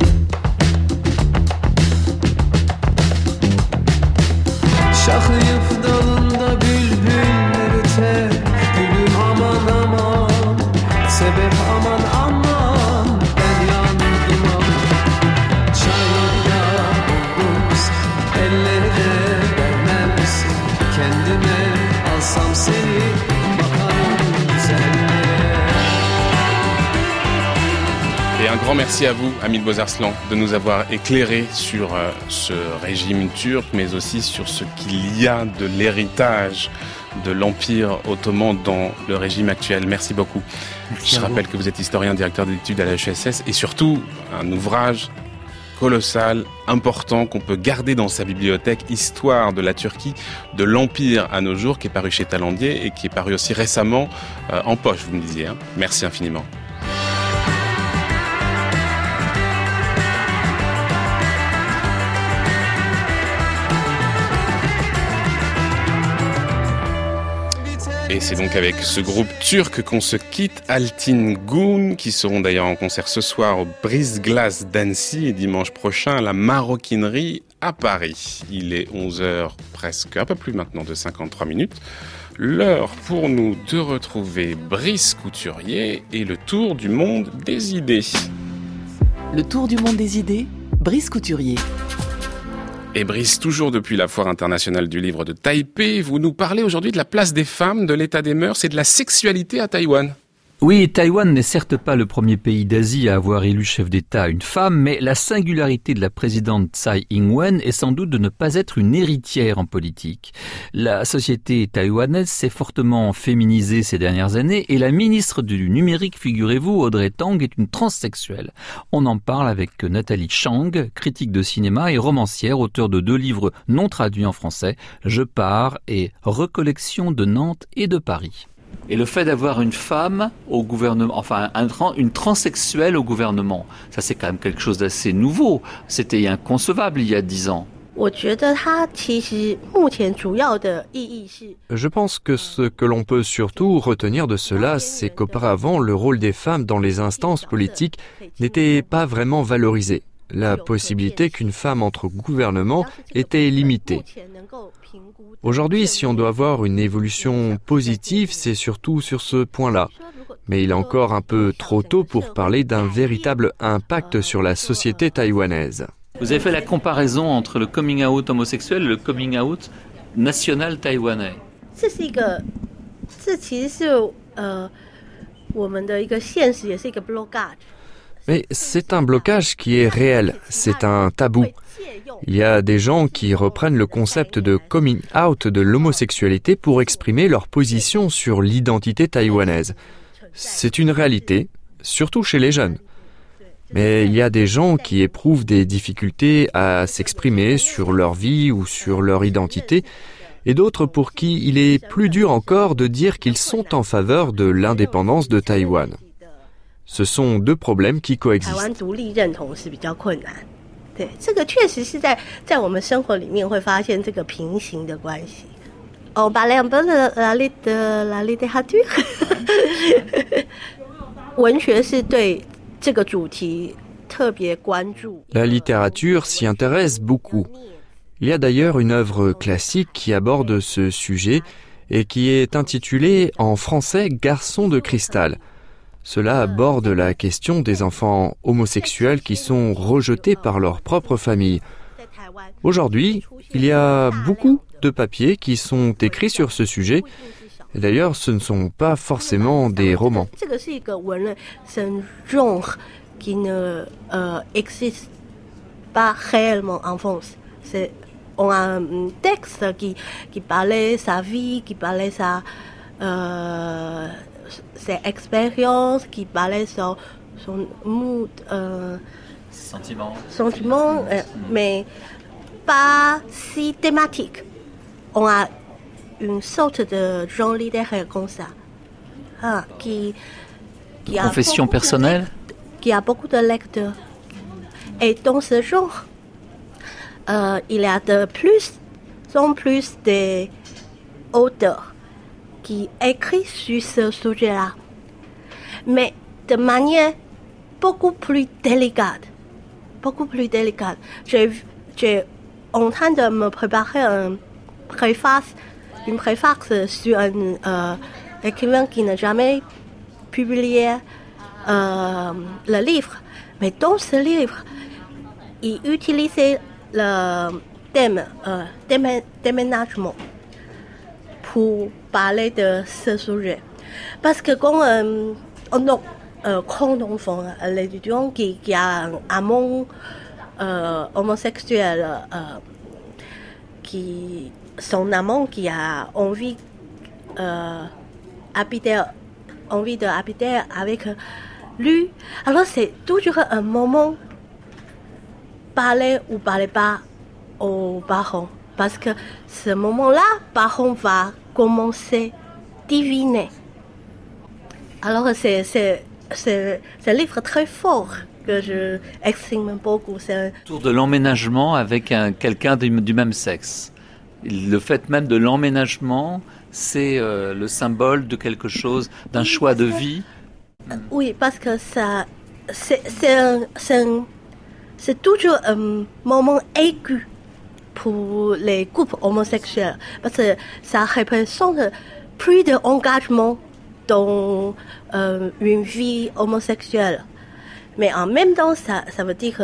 Speaker 1: Et un grand merci à vous, Hamid Bozarslan, de nous avoir éclairé sur ce régime turc, mais aussi sur ce qu'il y a de l'héritage de l'Empire ottoman dans le régime actuel. Merci beaucoup. Je rappelle que vous êtes historien, directeur d'études à la HESS et surtout un ouvrage colossal, important, qu'on peut garder dans sa bibliothèque, Histoire de la Turquie, de l'Empire à nos jours, qui est paru chez Talandier et qui est paru aussi récemment en poche, vous me disiez. Merci infiniment. Et c'est donc avec ce groupe turc qu'on se quitte, Altin Gun, qui seront d'ailleurs en concert ce soir au Brise-Glace d'Annecy et dimanche prochain à la Maroquinerie à Paris. Il est 11h presque, un peu plus maintenant de 53 minutes. L'heure pour nous de retrouver Brice Couturier et le tour du monde des idées.
Speaker 6: Le tour du monde des idées, Brice Couturier.
Speaker 1: Et Brice, toujours depuis la Foire internationale du livre de Taipei, vous nous parlez aujourd'hui de la place des femmes, de l'état des mœurs et de la sexualité à Taïwan.
Speaker 11: Oui, Taïwan n'est certes pas le premier pays d'Asie à avoir élu chef d'État une femme, mais la singularité de la présidente Tsai Ing-wen est sans doute de ne pas être une héritière en politique. La société taïwanaise s'est fortement féminisée ces dernières années et la ministre du numérique, figurez-vous, Audrey Tang, est une transsexuelle. On en parle avec Nathalie Chang, critique de cinéma et romancière, auteure de 2 livres non traduits en français, Je pars et Recollection de Nantes et de Paris. Et le fait d'avoir une femme au gouvernement, enfin une transsexuelle au gouvernement, ça c'est quand même quelque chose d'assez nouveau. C'était inconcevable il y a 10 ans.
Speaker 12: Je pense que ce que l'on peut surtout retenir de cela, c'est qu'auparavant, le rôle des femmes dans les instances politiques n'était pas vraiment valorisé. La possibilité qu'une femme entre au gouvernement était limitée. Aujourd'hui, si on doit avoir une évolution positive, c'est surtout sur ce point-là. Mais il est encore un peu trop tôt pour parler d'un véritable impact sur la société taïwanaise.
Speaker 11: Vous avez fait la comparaison entre le coming out homosexuel et le coming out national taïwanais.
Speaker 12: Mais c'est un blocage qui est réel, c'est un tabou. Il y a des gens qui reprennent le concept de coming out de l'homosexualité pour exprimer leur position sur l'identité taïwanaise. C'est une réalité, surtout chez les jeunes. Mais il y a des gens qui éprouvent des difficultés à s'exprimer sur leur vie ou sur leur identité, et d'autres pour qui il est plus dur encore de dire qu'ils sont en faveur de l'indépendance de Taïwan. Ce sont deux problèmes qui coexistent.
Speaker 13: On parlait un peu de la littérature.
Speaker 12: La littérature s'y intéresse beaucoup. Il y a d'ailleurs une œuvre classique qui aborde ce sujet et qui est intitulée en français « Garçon de cristal ». Cela aborde la question des enfants homosexuels qui sont rejetés par leur propre famille. Aujourd'hui, il y a beaucoup de papiers qui sont écrits sur ce sujet. Et d'ailleurs, ce ne sont pas forcément des romans.
Speaker 13: C'est un genre qui ne existe pas réellement en France. On a un texte qui parlait sa vie, qui parlait ses expériences, qui parlait son mood, sentiment, mais pas si thématique. On a une sorte de genre littéraire comme ça, qui
Speaker 11: confession personnelle,
Speaker 13: qui a beaucoup de lecteurs. Et dans ce genre, il y a de plus en plus d'auteurs qui écrivent sur ce sujet-là, mais de manière beaucoup plus délicate. J'ai en train de me préparer une préface sur un écrivain qui n'a jamais publié le livre. Mais dans ce livre, il utilisait le thème déménagement pour parler de ce sujet. Parce que quand grand enfant, l'étudiant qui a un amant homosexuel, son amant qui a envie d'habiter avec lui, alors c'est toujours un moment parler ou parler pas aux parents, parce que ce moment-là, parents va commencer à deviner. Alors c'est un livre très fort que je exprime beaucoup.
Speaker 11: Autour de l'emménagement avec quelqu'un du même sexe. Le fait même de l'emménagement, c'est le symbole de quelque chose, d'un choix de vie.
Speaker 13: Oui, parce que c'est toujours un moment aigu pour les couples homosexuels, parce que ça représente plus d'engagement dans une vie homosexuelle. Mais en même temps, ça veut dire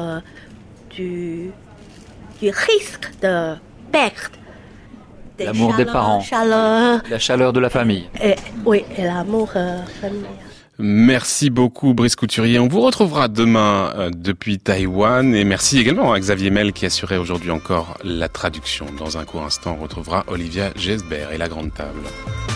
Speaker 13: du risque de perdre
Speaker 11: l'amour des parents, la chaleur de la famille.
Speaker 13: Et l'amour familial.
Speaker 1: Merci beaucoup Brice Couturier. On vous retrouvera demain depuis Taïwan et merci également à Xavier Mel qui assurait aujourd'hui encore la traduction. Dans un court instant, on retrouvera Olivia Gesbert et la grande table.